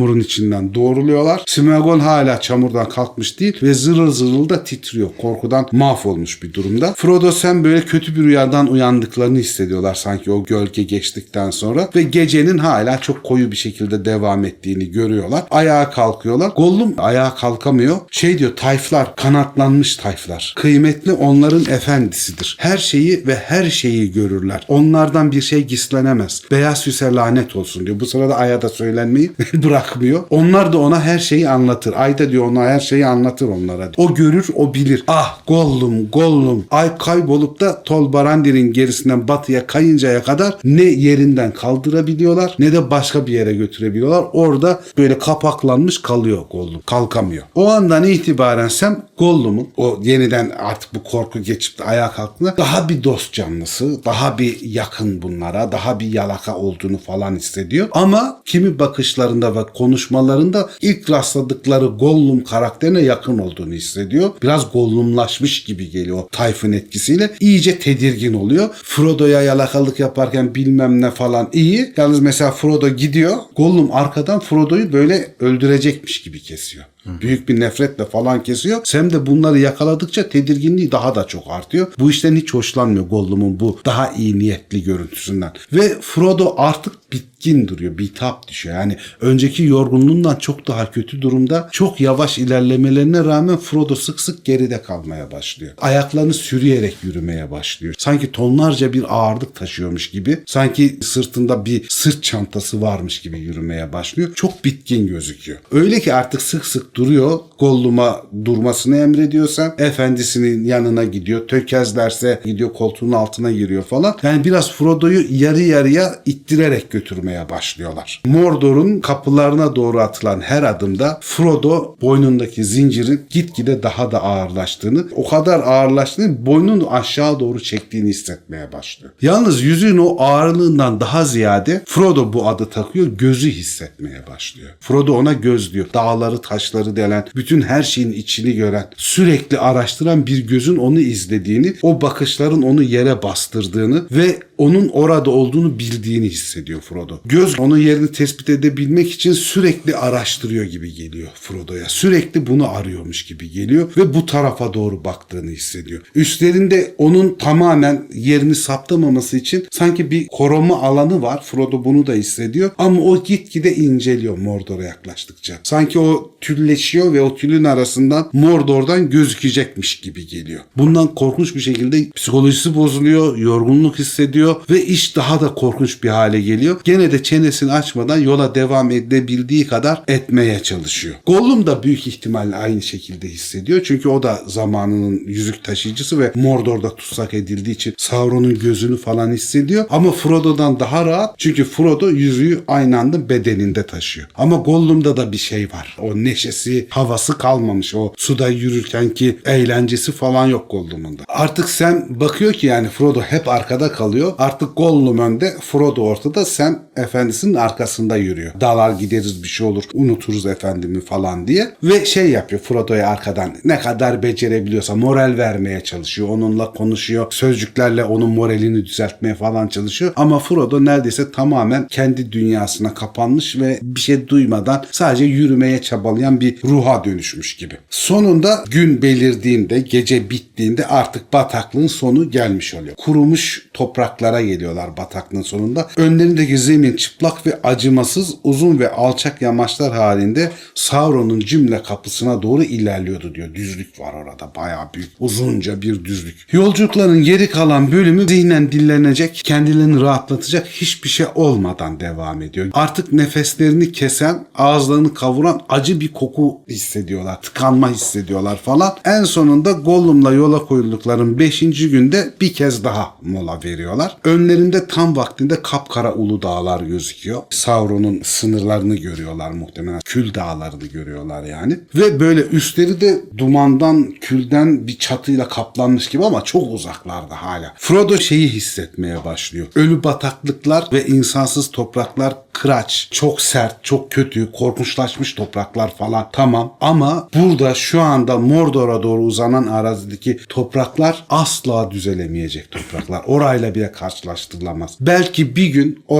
çamurun içinden doğruluyorlar. Smeagol hala çamurdan kalkmış değil ve zırıl zırıl da titriyor. Korkudan mahvolmuş bir durumda. Frodo, Sam böyle kötü bir rüyadan uyandıklarını hissediyorlar sanki o gölge geçtikten sonra ve gecenin hala çok koyu bir şekilde devam ettiğini görüyorlar. Ayağa kalkıyorlar. Gollum ayağa kalkamıyor. Diyor, tayflar, kanatlanmış tayflar. Kıymetli onların efendisidir. Her şeyi ve her şeyi görürler. Onlardan bir şey gizlenemez. Beyaz Süs'e lanet olsun diyor. Bu sırada Ay'a da söylenmeyi bırakmıyor. Onlar da ona her şeyi anlatır. Ay da diyor ona her şeyi anlatır onlara. O görür, o bilir. Ah Gollum, Gollum. Ay kaybolup da Tol Barandir'in gerisinden batıya kayıncaya kadar ne yerinden kaldırabiliyorlar ne de başka bir yere götürebiliyorlar. Orada böyle kapaklanmış kalıyor Gollum. Kalkamıyor. O andan itibaren Sam Gollum'un o yeniden artık bu korku geçip de ayağa kalktığında daha bir dost canlısı, daha bir yakın bunlara, daha bir yalaka olduğunu falan hissediyor. Ama kimi bakışlarında ve konuşmalarında ilk rastladıkları Gollum karakterine yakın olduğunu hissediyor. Biraz Gollumlaşmış gibi geliyor o tayfın etkisiyle. İyice tedirgin oluyor. Frodo'ya yalakalık yaparken bilmem ne falan iyi. Yalnız mesela Frodo gidiyor. Gollum arkadan Frodo'yu böyle öldürecekmiş gibi kesiyor. Büyük bir nefretle falan kesiyor. Sam de bunları yakaladıkça tedirginliği daha da çok artıyor. Bu işten hiç hoşlanmıyor Gollum'un bu daha iyi niyetli görüntüsünden. Ve Frodo artık bitkin duruyor. Bitap düşüyor. Yani önceki yorgunluğundan çok daha kötü durumda. Çok yavaş ilerlemelerine rağmen Frodo sık sık geride kalmaya başlıyor. Ayaklarını sürüyerek yürümeye başlıyor. Sanki tonlarca bir ağırlık taşıyormuş gibi. Sanki sırtında bir sırt çantası varmış gibi yürümeye başlıyor. Çok bitkin gözüküyor. Öyle ki artık sık sık duruyor. Gollum'a durmasını emrediyorsa efendisinin yanına gidiyor. Tökezlerse gidiyor koltuğun altına giriyor falan. Yani biraz Frodo'yu yarı yarıya ittirerek götürmeye başlıyorlar. Mordor'un kapılarına doğru atılan her adımda Frodo boynundaki zincirin gitgide daha da ağırlaştığını, o kadar ağırlaştığını boynunu aşağı doğru çektiğini hissetmeye başlıyor. Yalnız yüzüğün o ağırlığından daha ziyade Frodo bu adı takıyor, gözü hissetmeye başlıyor. Frodo ona göz diyor. Dağları, taşları delen, bütün her şeyin içini gören, sürekli araştıran bir gözün onu izlediğini, o bakışların onu yere bastırdığını ve onun orada olduğunu bildiğini hissediyor Frodo. Göz onun yerini tespit edebilmek için sürekli araştırıyor gibi geliyor Frodo'ya. Sürekli bunu arıyormuş gibi geliyor ve bu tarafa doğru baktığını hissediyor. Üstlerinde onun tamamen yerini saptamaması için sanki bir koruma alanı var. Frodo bunu da hissediyor ama o gitgide inceliyor Mordor'a yaklaştıkça. Sanki o tülleşiyor ve o tülün arasından Mordor'dan gözükecekmiş gibi geliyor. Bundan korkunç bir şekilde psikolojisi bozuluyor, yorgunluk hissediyor ve iş daha da korkunç bir hale geliyor. Gene de çenesini açmadan yola devam edebildiği kadar etmeye çalışıyor. Gollum da büyük ihtimalle aynı şekilde hissediyor. Çünkü o da zamanının yüzük taşıyıcısı ve Mordor'da tutsak edildiği için Sauron'un gözünü falan hissediyor. Ama Frodo'dan daha rahat. Çünkü Frodo yüzüğü aynı anda bedeninde taşıyor. Ama Gollum'da da bir şey var. O neşesi, havası kalmamış. O suda yürürkenki eğlencesi falan yok Gollum'un da. Artık Sam bakıyor ki yani Frodo hep arkada kalıyor. Artık Gollum önde, Frodo ortada. Sam efendisinin arkasında yürüyor. Dalar gideriz bir şey olur, unuturuz efendimi falan diye. Ve şey yapıyor Frodo'ya arkadan. Ne kadar becerebiliyorsa moral vermeye çalışıyor. Onunla konuşuyor. Sözcüklerle onun moralini düzeltmeye falan çalışıyor. Ama Frodo neredeyse tamamen kendi dünyasına kapanmış ve bir şey duymadan sadece yürümeye çabalayan bir ruha dönüşmüş gibi. Sonunda gün belirdiğinde, gece bittiğinde artık bataklığın sonu gelmiş oluyor. Kurumuş topraklara geliyorlar bataklığın sonunda. Önlerindeki zemin çıplak ve acımasız, uzun ve alçak yamaçlar halinde Sauron'un cümle kapısına doğru ilerliyordu diyor. Düzlük var orada. Bayağı büyük. Uzunca bir düzlük. Yolculukların geri kalan bölümü zihnen dinlenecek, kendilerini rahatlatacak hiçbir şey olmadan devam ediyor. Artık nefeslerini kesen, ağızlarını kavuran acı bir koku hissediyorlar. Tıkanma hissediyorlar falan. En sonunda Gollum'la yola koyuldukların 5. günde bir kez daha mola veriyorlar. Önlerinde tam vaktinde kapkara ulu dağlar gözüküyor. Sauron'un sınırlarını görüyorlar muhtemelen. Kül dağlarını görüyorlar yani. Ve böyle üstleri de dumandan, külden bir çatıyla kaplanmış gibi ama çok uzaklarda hala. Frodo şeyi hissetmeye başlıyor. Ölü bataklıklar ve insansız topraklar kıraç, çok sert, çok kötü, korkunçlaşmış topraklar falan tamam ama burada şu anda Mordor'a doğru uzanan arazideki topraklar asla düzelemeyecek topraklar. Orayla bile karşılaştırılamaz. Belki bir gün oralar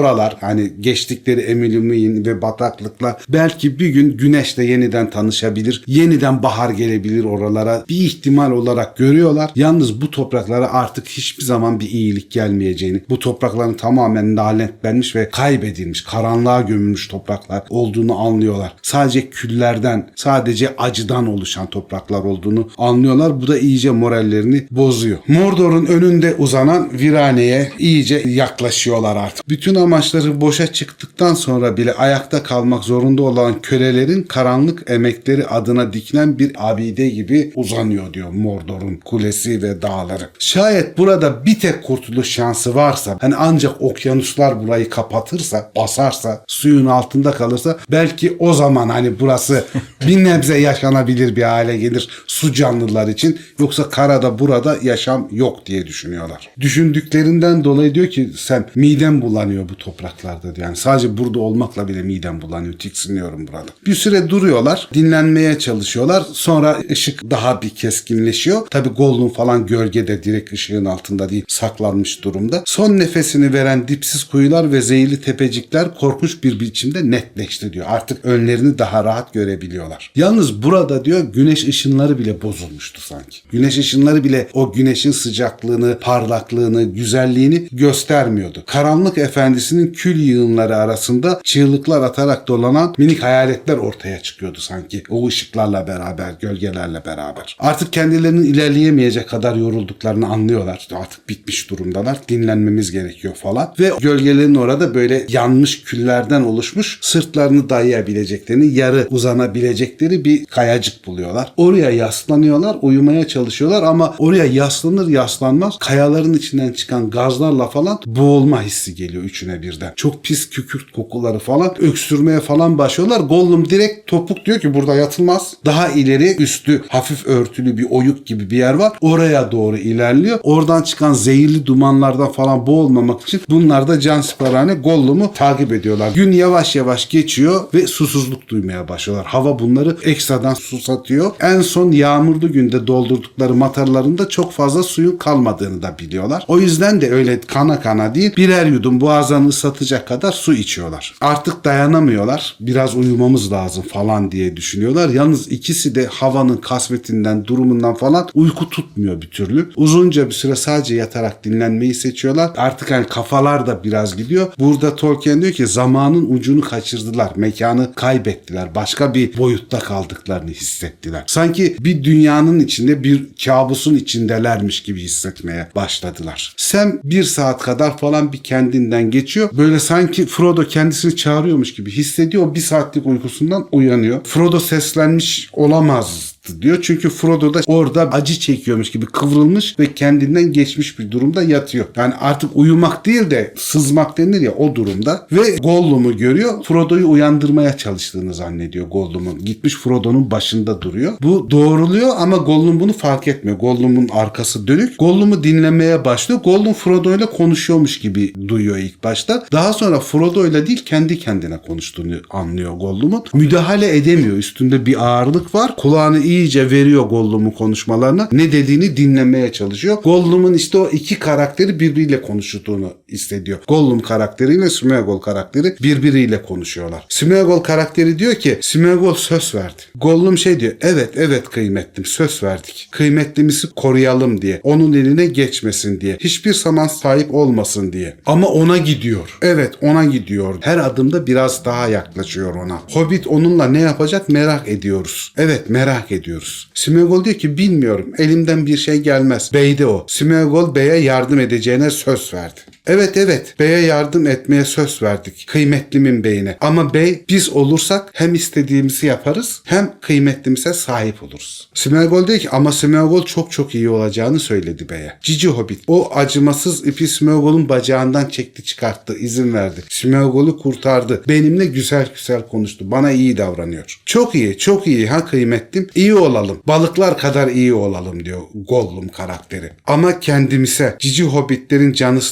Hani geçtikleri Emilimin ve bataklıkla belki bir gün Güneş'le yeniden tanışabilir. Yeniden bahar gelebilir oralara. Bir ihtimal olarak görüyorlar. Yalnız bu topraklara artık hiçbir zaman bir iyilik gelmeyeceğini, bu toprakların tamamen lanetlenmiş ve kaybedilmiş, karanlığa gömülmüş topraklar olduğunu anlıyorlar. Sadece küllerden, sadece acıdan oluşan topraklar olduğunu anlıyorlar. Bu da iyice morallerini bozuyor. Mordor'un önünde uzanan viraneye iyice yaklaşıyorlar artık. Bütün amaçları boşa çıktıktan sonra bile ayakta kalmak zorunda olan kölelerin karanlık emekleri adına dikilen bir abide gibi uzanıyor diyor Mordor'un kulesi ve dağları. Şayet burada bir tek kurtuluş şansı varsa, hani ancak okyanuslar burayı kapatırsa, basarsa, suyun altında kalırsa belki o zaman hani burası bir nebze yaşanabilir bir hale gelir su canlılar için. Yoksa karada burada yaşam yok diye düşünüyorlar. Düşündüklerinden dolayı diyor ki sen midem bulanıyor bu topraklarda diyor. Yani sadece burada olmakla bile midem bulanıyor. Tiksiniyorum burada. Bir süre duruyorlar. Dinlenmeye çalışıyorlar. Sonra ışık daha bir keskinleşiyor. Tabii Gollum falan gölgede direkt ışığın altında değil saklanmış durumda. Son nefesini veren dipsiz kuyular ve zehirli tepecikler korkunç bir biçimde netleşti diyor. Artık önlerini daha rahat görebiliyorlar. Yalnız burada diyor güneş ışınları bile bozulmuştu sanki. Güneş ışınları bile o güneşin sıcaklığını, parlaklığını, güzelliğini göstermiyordu. Karanlık efendisinin kül yığınları arasında çığlıklar atarak dolanan minik hayaletler ortaya çıkıyordu sanki. O ışıklarla beraber, gölgelerle beraber. Artık kendilerinin ilerleyemeyecek kadar yorulduklarını anlıyorlar. Artık bitmiş durumdalar. Dinlenmemiz gerekiyor falan. Ve gölgelerin orada böyle yanmış küllerden oluşmuş sırtlarını dayayabileceklerini, yarı uzanabilecekleri bir kayacık buluyorlar. Oraya yaslanıyorlar, uyumaya çalışıyorlar ama oraya yaslanır yaslanmaz kayaların içinden çıkan gazlarla falan boğulma hissi geliyor üçüne birden. Çok pis kükürt kokuları falan, öksürmeye falan başlıyorlar. Gollum direkt topuk diyor ki burada yatılmaz. Daha ileri üstü hafif örtülü bir oyuk gibi bir yer var. Oraya doğru ilerliyor. Oradan çıkan zehirli dumanlardan falan boğulmamak için bunlar da cansiperane Gollum'u takip ediyorlar. Gün yavaş yavaş geçiyor ve susuzluk duymaya başlıyorlar. Hava bunları ekstradan susatıyor. En son yağmurlu günde doldurdukları matarlarında çok fazla suyun kalmadığını da biliyorlar. O yüzden de öyle kana kana değil, birer yudum boğazlarını ıslatacak kadar su içiyorlar. Artık dayanamıyorlar. Biraz uyumamız lazım falan diye düşünüyorlar. Yalnız ikisi de havanın kasvetinden, durumundan falan uyku tutmuyor bir türlü. Uzunca bir süre sadece yatarak dinlenmeyi seçiyorlar. Artık hani kafalar da biraz gidiyor. Burada Tolkien diyor ki zamanın ucunu kaçırdılar. Mekanı kaybettiler. Başka bir boyutta kaldıklarını hissettiler. Sanki bir dünyanın içinde, bir kabusun içindelermiş gibi hissetmeye başladılar. Sam 1 saat kadar falan bir kendinden geçiyor. Böyle sanki Frodo kendisini çağırıyormuş gibi hissediyor. O 1 saatlik uykusundan uyanıyor. Frodo seslenmiş olamaz diyor. Çünkü Frodo da orada acı çekiyormuş gibi kıvrılmış ve kendinden geçmiş bir durumda yatıyor. Yani artık uyumak değil de sızmak denir ya, o durumda. Ve Gollum'u görüyor. Frodo'yu uyandırmaya çalıştığını zannediyor Gollum'un. Gitmiş Frodo'nun başında duruyor. Bu doğruluyor ama Gollum bunu fark etmiyor. Gollum'un arkası dönük. Gollum'u dinlemeye başlıyor. Gollum Frodo'yla konuşuyormuş gibi duyuyor ilk başta. Daha sonra Frodo'yla değil kendi kendine konuştuğunu anlıyor Gollum'un. Müdahale edemiyor. Üstünde bir ağırlık var. Kulağını iyice veriyor Gollum'un konuşmalarına. Ne dediğini dinlemeye çalışıyor. Gollum'un işte o iki karakteri birbiriyle konuştuğunu hissediyor. Gollum karakteriyle Sméagol karakteri birbiriyle konuşuyorlar. Sméagol karakteri diyor ki Sméagol söz verdi. Gollum şey diyor, evet kıymetlim, söz verdik. Kıymetlimizi koruyalım diye. Onun eline geçmesin diye. Hiçbir zaman sahip olmasın diye. Ama ona gidiyor. Evet, ona gidiyor. Her adımda biraz daha yaklaşıyor ona. Hobbit onunla ne yapacak merak ediyoruz. Evet, merak ediyoruz. Sméagol diyor ki bilmiyorum. Elimden bir şey gelmez. Bey de o. Sméagol beye yardım edeceğine söz verdi. Evet, beye yardım etmeye söz verdik. Kıymetlimin beyine. Ama bey biz olursak hem istediğimizi yaparız hem kıymetlimize sahip oluruz. Sméagol diyor ki ama Sméagol çok iyi olacağını söyledi beye. Cici Hobbit o acımasız ipi Sméagol'un bacağından çekti çıkarttı. İzin verdi. Sméagol'u kurtardı. Benimle güzel konuştu. Bana iyi davranıyor. Çok iyi ha kıymetlim. İyi olalım. Balıklar kadar iyi olalım diyor Gollum karakteri. Ama kendimize Cici Hobbitlerin canıslarını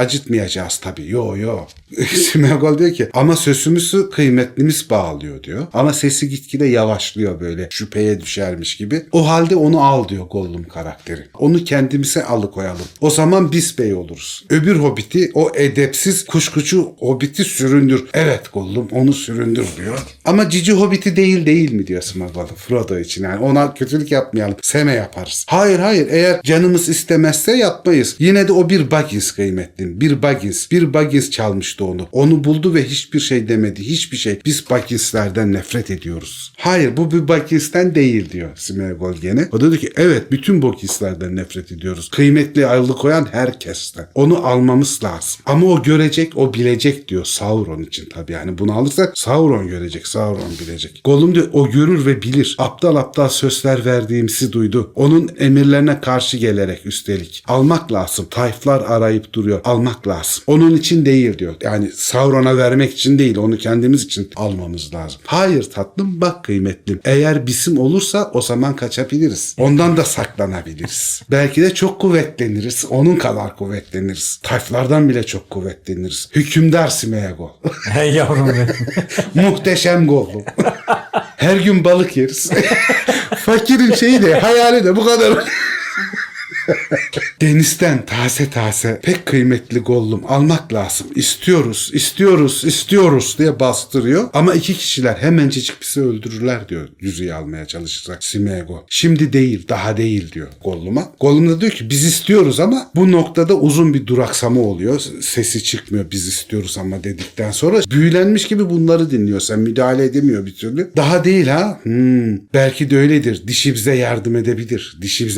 acıtmayacağız tabii. Yo. Smeagol diyor ki ama sözümüzü kıymetlimiz bağlıyor diyor. Ama sesi gitgide yavaşlıyor böyle şüpheye düşermiş gibi. O halde onu al diyor Gollum karakteri. Onu kendimize alıkoyalım. O zaman biz bey oluruz. Öbür hobbiti, o edepsiz kuşkucu hobbiti süründür. Evet Gollum onu süründür diyor. Ama cici hobbiti değil mi diyor Smeagol Frodo için. Yani ona kötülük yapmayalım. Seme yaparız. Hayır eğer canımız istemezse yapmayız. Yine de o bir Baggins kıymetli. Bir Baggins çalmıştı onu. Onu buldu ve hiçbir şey demedi. Hiçbir şey. Biz Baggins'lerden nefret ediyoruz. Hayır bu bir Baggins'ten değil diyor Smeagol gene. O da diyor ki evet bütün Baggins'lerden nefret ediyoruz. Kıymetli alıkoyan herkesten. Onu almamız lazım. Ama o görecek, o bilecek diyor Sauron için tabii. Yani bunu alırsak Sauron görecek, Sauron bilecek. Gollum diyor o görür ve bilir. Aptal sözler verdiğimizi duydu. Onun emirlerine karşı gelerek üstelik. Almak lazım. Tayflar arayıp duruyor. Almak lazım. Onun için değil diyor. Yani Sauron'a vermek için değil. Onu kendimiz için almamız lazım. Hayır tatlım bak kıymetlim. Eğer bizim olursa o zaman kaçabiliriz. Ondan da saklanabiliriz. Belki de çok kuvvetleniriz. Onun kadar kuvvetleniriz. Tayflardan bile çok kuvvetleniriz. Hükümdar Smeagol. Hey yavrum benim. Muhteşem Gollum. Her gün balık yeriz. Fakirin şeyi de hayali de bu kadar. Denizden taze pek kıymetli Gollum almak lazım. İstiyoruz diye bastırıyor. Ama iki kişiler hemencecik bizi öldürürler diyor yüzüğü almaya çalışacak Smeagol. Şimdi değil daha değil diyor Gollum'a. Gollum da diyor ki biz istiyoruz ama bu noktada uzun bir duraksama oluyor. Sesi çıkmıyor biz istiyoruz ama dedikten sonra büyülenmiş gibi bunları dinliyor. Sen müdahale edemiyor bir türlü. Daha değil ha? Belki de öyledir. Dişi bize yardım edebilir.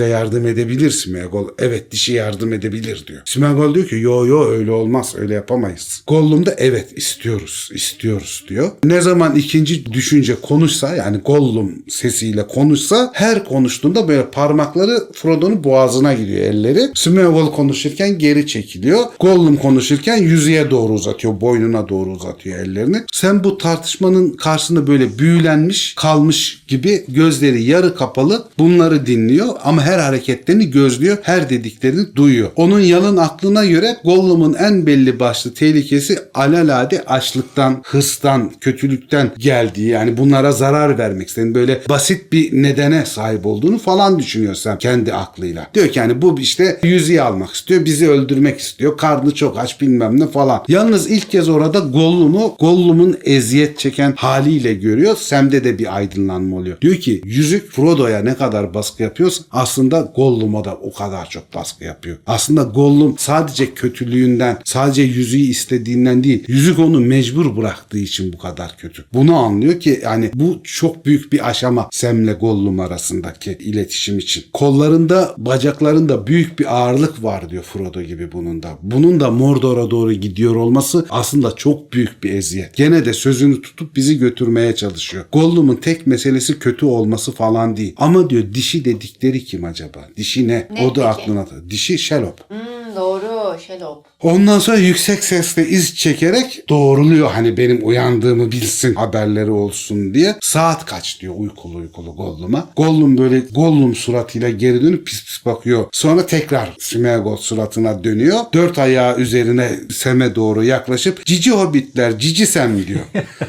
Smeagol. Evet dişi yardım edebilir diyor. Smeagol diyor ki yo öyle olmaz öyle yapamayız. Gollum da evet istiyoruz diyor. Ne zaman ikinci düşünce konuşsa yani Gollum sesiyle konuşsa her konuştuğunda böyle parmakları Frodo'nun boğazına giriyor elleri. Smeagol konuşurken geri çekiliyor. Gollum konuşurken yüzüğe doğru uzatıyor. Boynuna doğru uzatıyor ellerini. Sen bu tartışmanın karşısında böyle büyülenmiş kalmış gibi gözleri yarı kapalı bunları dinliyor ama her hareketlerini gözlüyor. Her dediklerini duyuyor. Onun yalın aklına göre Gollum'un en belli başlı tehlikesi alelade açlıktan, hırstan, kötülükten geldiği yani bunlara zarar vermek istediğini böyle basit bir nedene sahip olduğunu falan düşünüyor sen kendi aklıyla. Diyor ki yani bu işte yüzüğü almak istiyor, bizi öldürmek istiyor, karnı çok aç bilmem ne falan. Yalnız ilk kez orada Gollum'un eziyet çeken haliyle görüyor. Sam'de de bir aydınlanma oluyor. Diyor ki yüzük Frodo'ya ne kadar baskı yapıyorsa aslında Gollum'a da o kadar çok baskı yapıyor. Aslında Gollum sadece kötülüğünden, sadece yüzüğü istediğinden değil, yüzük onu mecbur bıraktığı için bu kadar kötü. Bunu anlıyor ki yani bu çok büyük bir aşama Sam'le Gollum arasındaki iletişim için. Kollarında, bacaklarında büyük bir ağırlık var diyor Frodo gibi bunun da. Bunun da Mordor'a doğru gidiyor olması aslında çok büyük bir eziyet. Gene de sözünü tutup bizi götürmeye çalışıyor. Gollum'un tek meselesi kötü olması falan değil. Ama diyor dişi dedikleri kim acaba? Dişi ne? O da aklına da. Dişi Shelob. Doğru Shelob. Ondan sonra yüksek sesle iz çekerek doğruluyor hani benim uyandığımı bilsin haberleri olsun diye. Saat kaç diyor uykulu Gollum'a. Gollum böyle Gollum suratıyla geri dönüp pis bakıyor. Sonra tekrar Smeagol suratına dönüyor. Dört ayağı üzerine Sam'e doğru yaklaşıp cici hobbitler cici Sam diyor.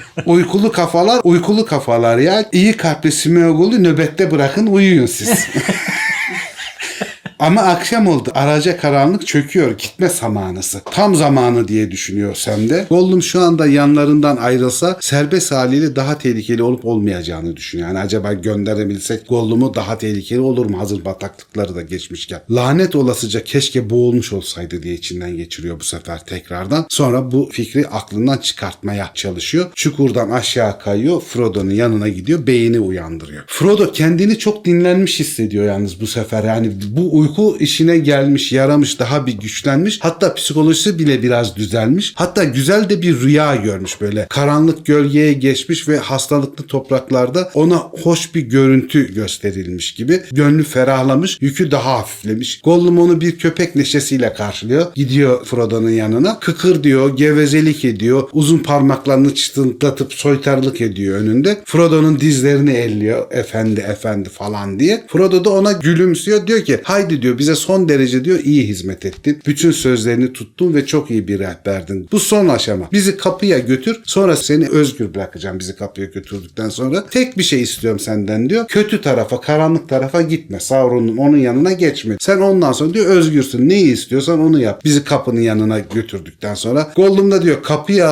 uykulu kafalar ya. İyi kalpli Smeagol'u nöbette bırakın uyuyun siz. Ama akşam oldu. Araca karanlık çöküyor. Gitme zamanısı. Tam zamanı diye düşünüyor Sam de. Gollum şu anda yanlarından ayrılsa serbest haliyle daha tehlikeli olup olmayacağını düşünüyor. Yani acaba gönderebilsek Gollum'u daha tehlikeli olur mu? Hazır bataklıkları da geçmişken. Lanet olasıca keşke boğulmuş olsaydı diye içinden geçiriyor bu sefer tekrardan. Sonra bu fikri aklından çıkartmaya çalışıyor. Çukurdan aşağı kayıyor. Frodo'nun yanına gidiyor. Beyni uyandırıyor. Frodo kendini çok dinlenmiş hissediyor yalnız bu sefer. Yani bu uyku işine gelmiş, yaramış, daha bir güçlenmiş. Hatta psikolojisi bile biraz düzelmiş. Hatta güzel de bir rüya görmüş böyle. Karanlık gölgeye geçmiş ve hastalıklı topraklarda ona hoş bir görüntü gösterilmiş gibi. Gönlü ferahlamış, yükü daha hafiflemiş. Gollum onu bir köpek neşesiyle karşılıyor. Gidiyor Frodo'nun yanına. Kıkır diyor, gevezelik ediyor. Uzun parmaklarını çıtlatıp soytarılık ediyor önünde. Frodo'nun dizlerini elliyor. Efendi falan diye. Frodo da ona gülümsüyor. Diyor ki haydi diyor bize son derece diyor iyi hizmet ettin. Bütün sözlerini tuttun ve çok iyi bir rehberdin. Bu son aşama. Bizi kapıya götür. Sonra seni özgür bırakacağım bizi kapıya götürdükten sonra. Tek bir şey istiyorum senden diyor. Kötü tarafa, karanlık tarafa gitme. Sauron'un onun yanına geçme. Sen ondan sonra diyor özgürsün. Neyi istiyorsan onu yap. Bizi kapının yanına götürdükten sonra. Gollum da diyor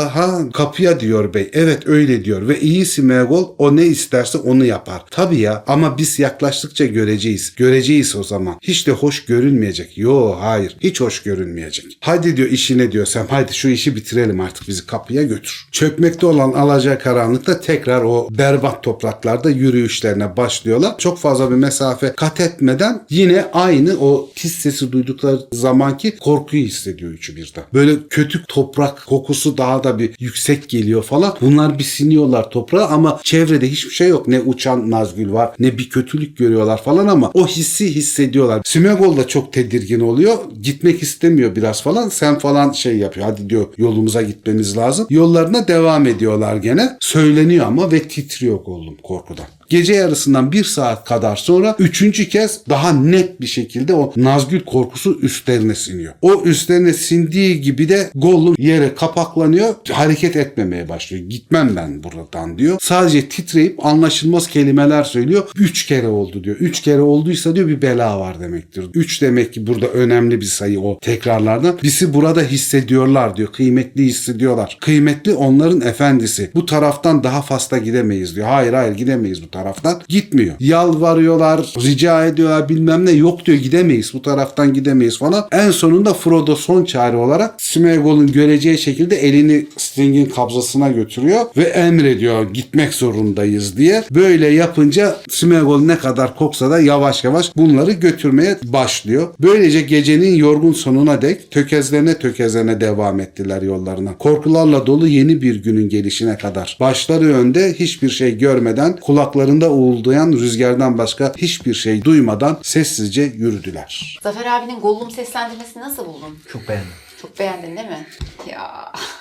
kapıya diyor bey. Evet öyle diyor. Ve iyi Smeagol o ne isterse onu yapar. Tabii ya ama biz yaklaştıkça göreceğiz. Göreceğiz o zaman. Hiç de hoş görünmeyecek. Yo hayır. Hiç hoş görünmeyecek. Hadi diyor işine diyor Sam. Hadi şu işi bitirelim artık bizi kapıya götür. Çökmekte olan alacakaranlıkta tekrar o berbat topraklarda yürüyüşlerine başlıyorlar. Çok fazla bir mesafe kat etmeden yine aynı o tiz sesi duydukları zamanki korkuyu hissediyor üçü birden. Böyle kötü toprak kokusu daha da bir yüksek geliyor falan. Bunlar bir siniyorlar toprağa ama çevrede hiçbir şey yok. Ne uçan Nazgül var ne bir kötülük görüyorlar falan ama o hissi hissediyorlar. Smeagol da çok tedirgin oluyor. Gitmek istemiyor biraz falan. Sen falan şey yapıyor. Hadi diyor yolumuza gitmemiz lazım. Yollarına devam ediyorlar gene. Söyleniyor ama ve titriyor Gollum korkudan. Gece yarısından 1 saat kadar sonra 3. kez daha net bir şekilde o Nazgül korkusu üstlerine siniyor. O üstlerine sindiği gibi de Gollum yere kapaklanıyor. Hareket etmemeye başlıyor. Gitmem ben buradan diyor. Sadece titreyip anlaşılmaz kelimeler söylüyor. 3 kere oldu diyor. 3 kere olduysa diyor bir bela var demektir. 3 demek ki burada önemli bir sayı o tekrarlardan. Bizi burada hissediyorlar diyor. Kıymetli hissediyorlar. Kıymetli onların efendisi. Bu taraftan daha fazla gidemeyiz diyor. Hayır gidemeyiz bu taraftan. Gitmiyor. Yalvarıyorlar, rica ediyorlar bilmem ne. Yok diyor gidemeyiz. Bu taraftan gidemeyiz falan. En sonunda Frodo son çare olarak Smeagol'un göreceği şekilde elini Sting'in kabzasına götürüyor ve emrediyor gitmek zorundayız diye. Böyle yapınca Smeagol ne kadar korksa da yavaş yavaş bunları götürmeye başlıyor. Böylece gecenin yorgun sonuna dek tökezlerine devam ettiler yollarına. Korkularla dolu yeni bir günün gelişine kadar. Başları önde hiçbir şey görmeden kulaklarında uğuldayan rüzgardan başka hiçbir şey duymadan sessizce yürüdüler. Zafer abinin Gollum seslendirmesini nasıl buldun? Çok beğendim. Çok beğendin değil mi? Ya.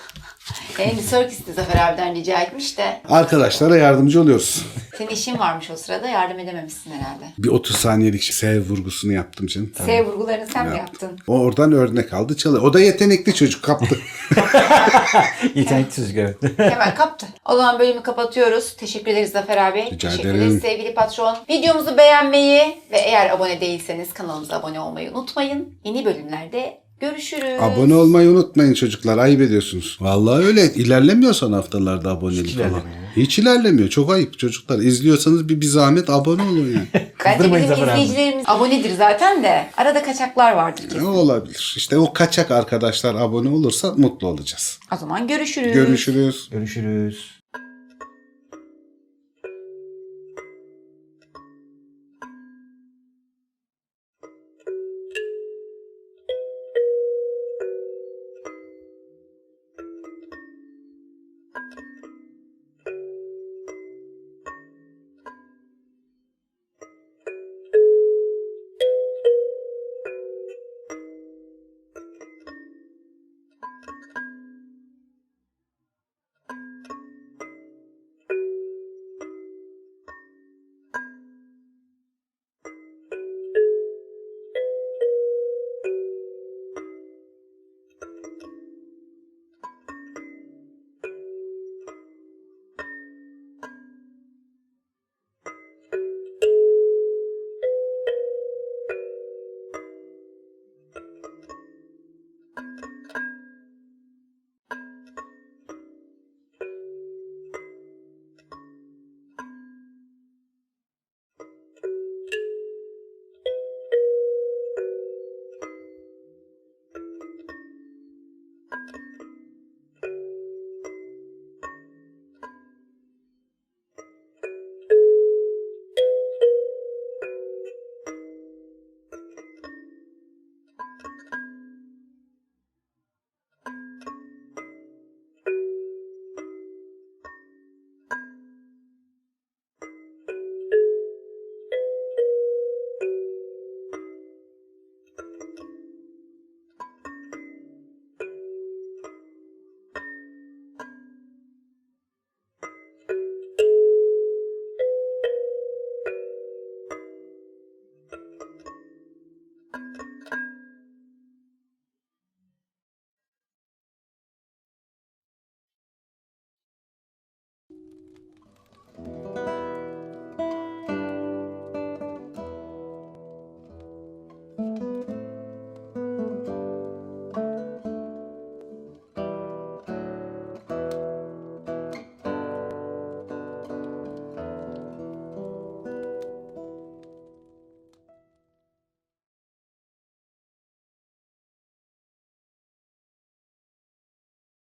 Andy Serkis de Zafer abiden rica etmiş de. Arkadaşlara yardımcı oluyoruz. Senin işin varmış o sırada yardım edememişsin herhalde. Bir 30 saniyelik S vurgusunu yaptım canım. S vurgularını sen mi yaptın? O oradan örnek aldı çalıyor. O da yetenekli çocuk kaptı. İnternet çocuk evet. Hemen kaptı. O zaman bölümü kapatıyoruz. Teşekkür ederiz Zafer abi. Rica Teşekkür ederim. ederiz sevgili patron. Videomuzu beğenmeyi ve eğer abone değilseniz kanalımıza abone olmayı unutmayın. Yeni bölümlerde görüşürüz. Abone olmayı unutmayın çocuklar. Ayıp ediyorsunuz. Vallahi öyle. İlerlemiyor son haftalarda abonelik falan. ilerlemiyor. Hiç ilerlemiyor. Çok ayıp çocuklar. İzliyorsanız bir zahmet abone olun yani. Bence Kızdırmayın bizim Zafer abi. izleyicilerimiz abonedir zaten de. Arada kaçaklar vardır kesin. Ne olabilir? İşte o kaçak arkadaşlar abone olursa mutlu olacağız. O zaman görüşürüz. Görüşürüz. Görüşürüz.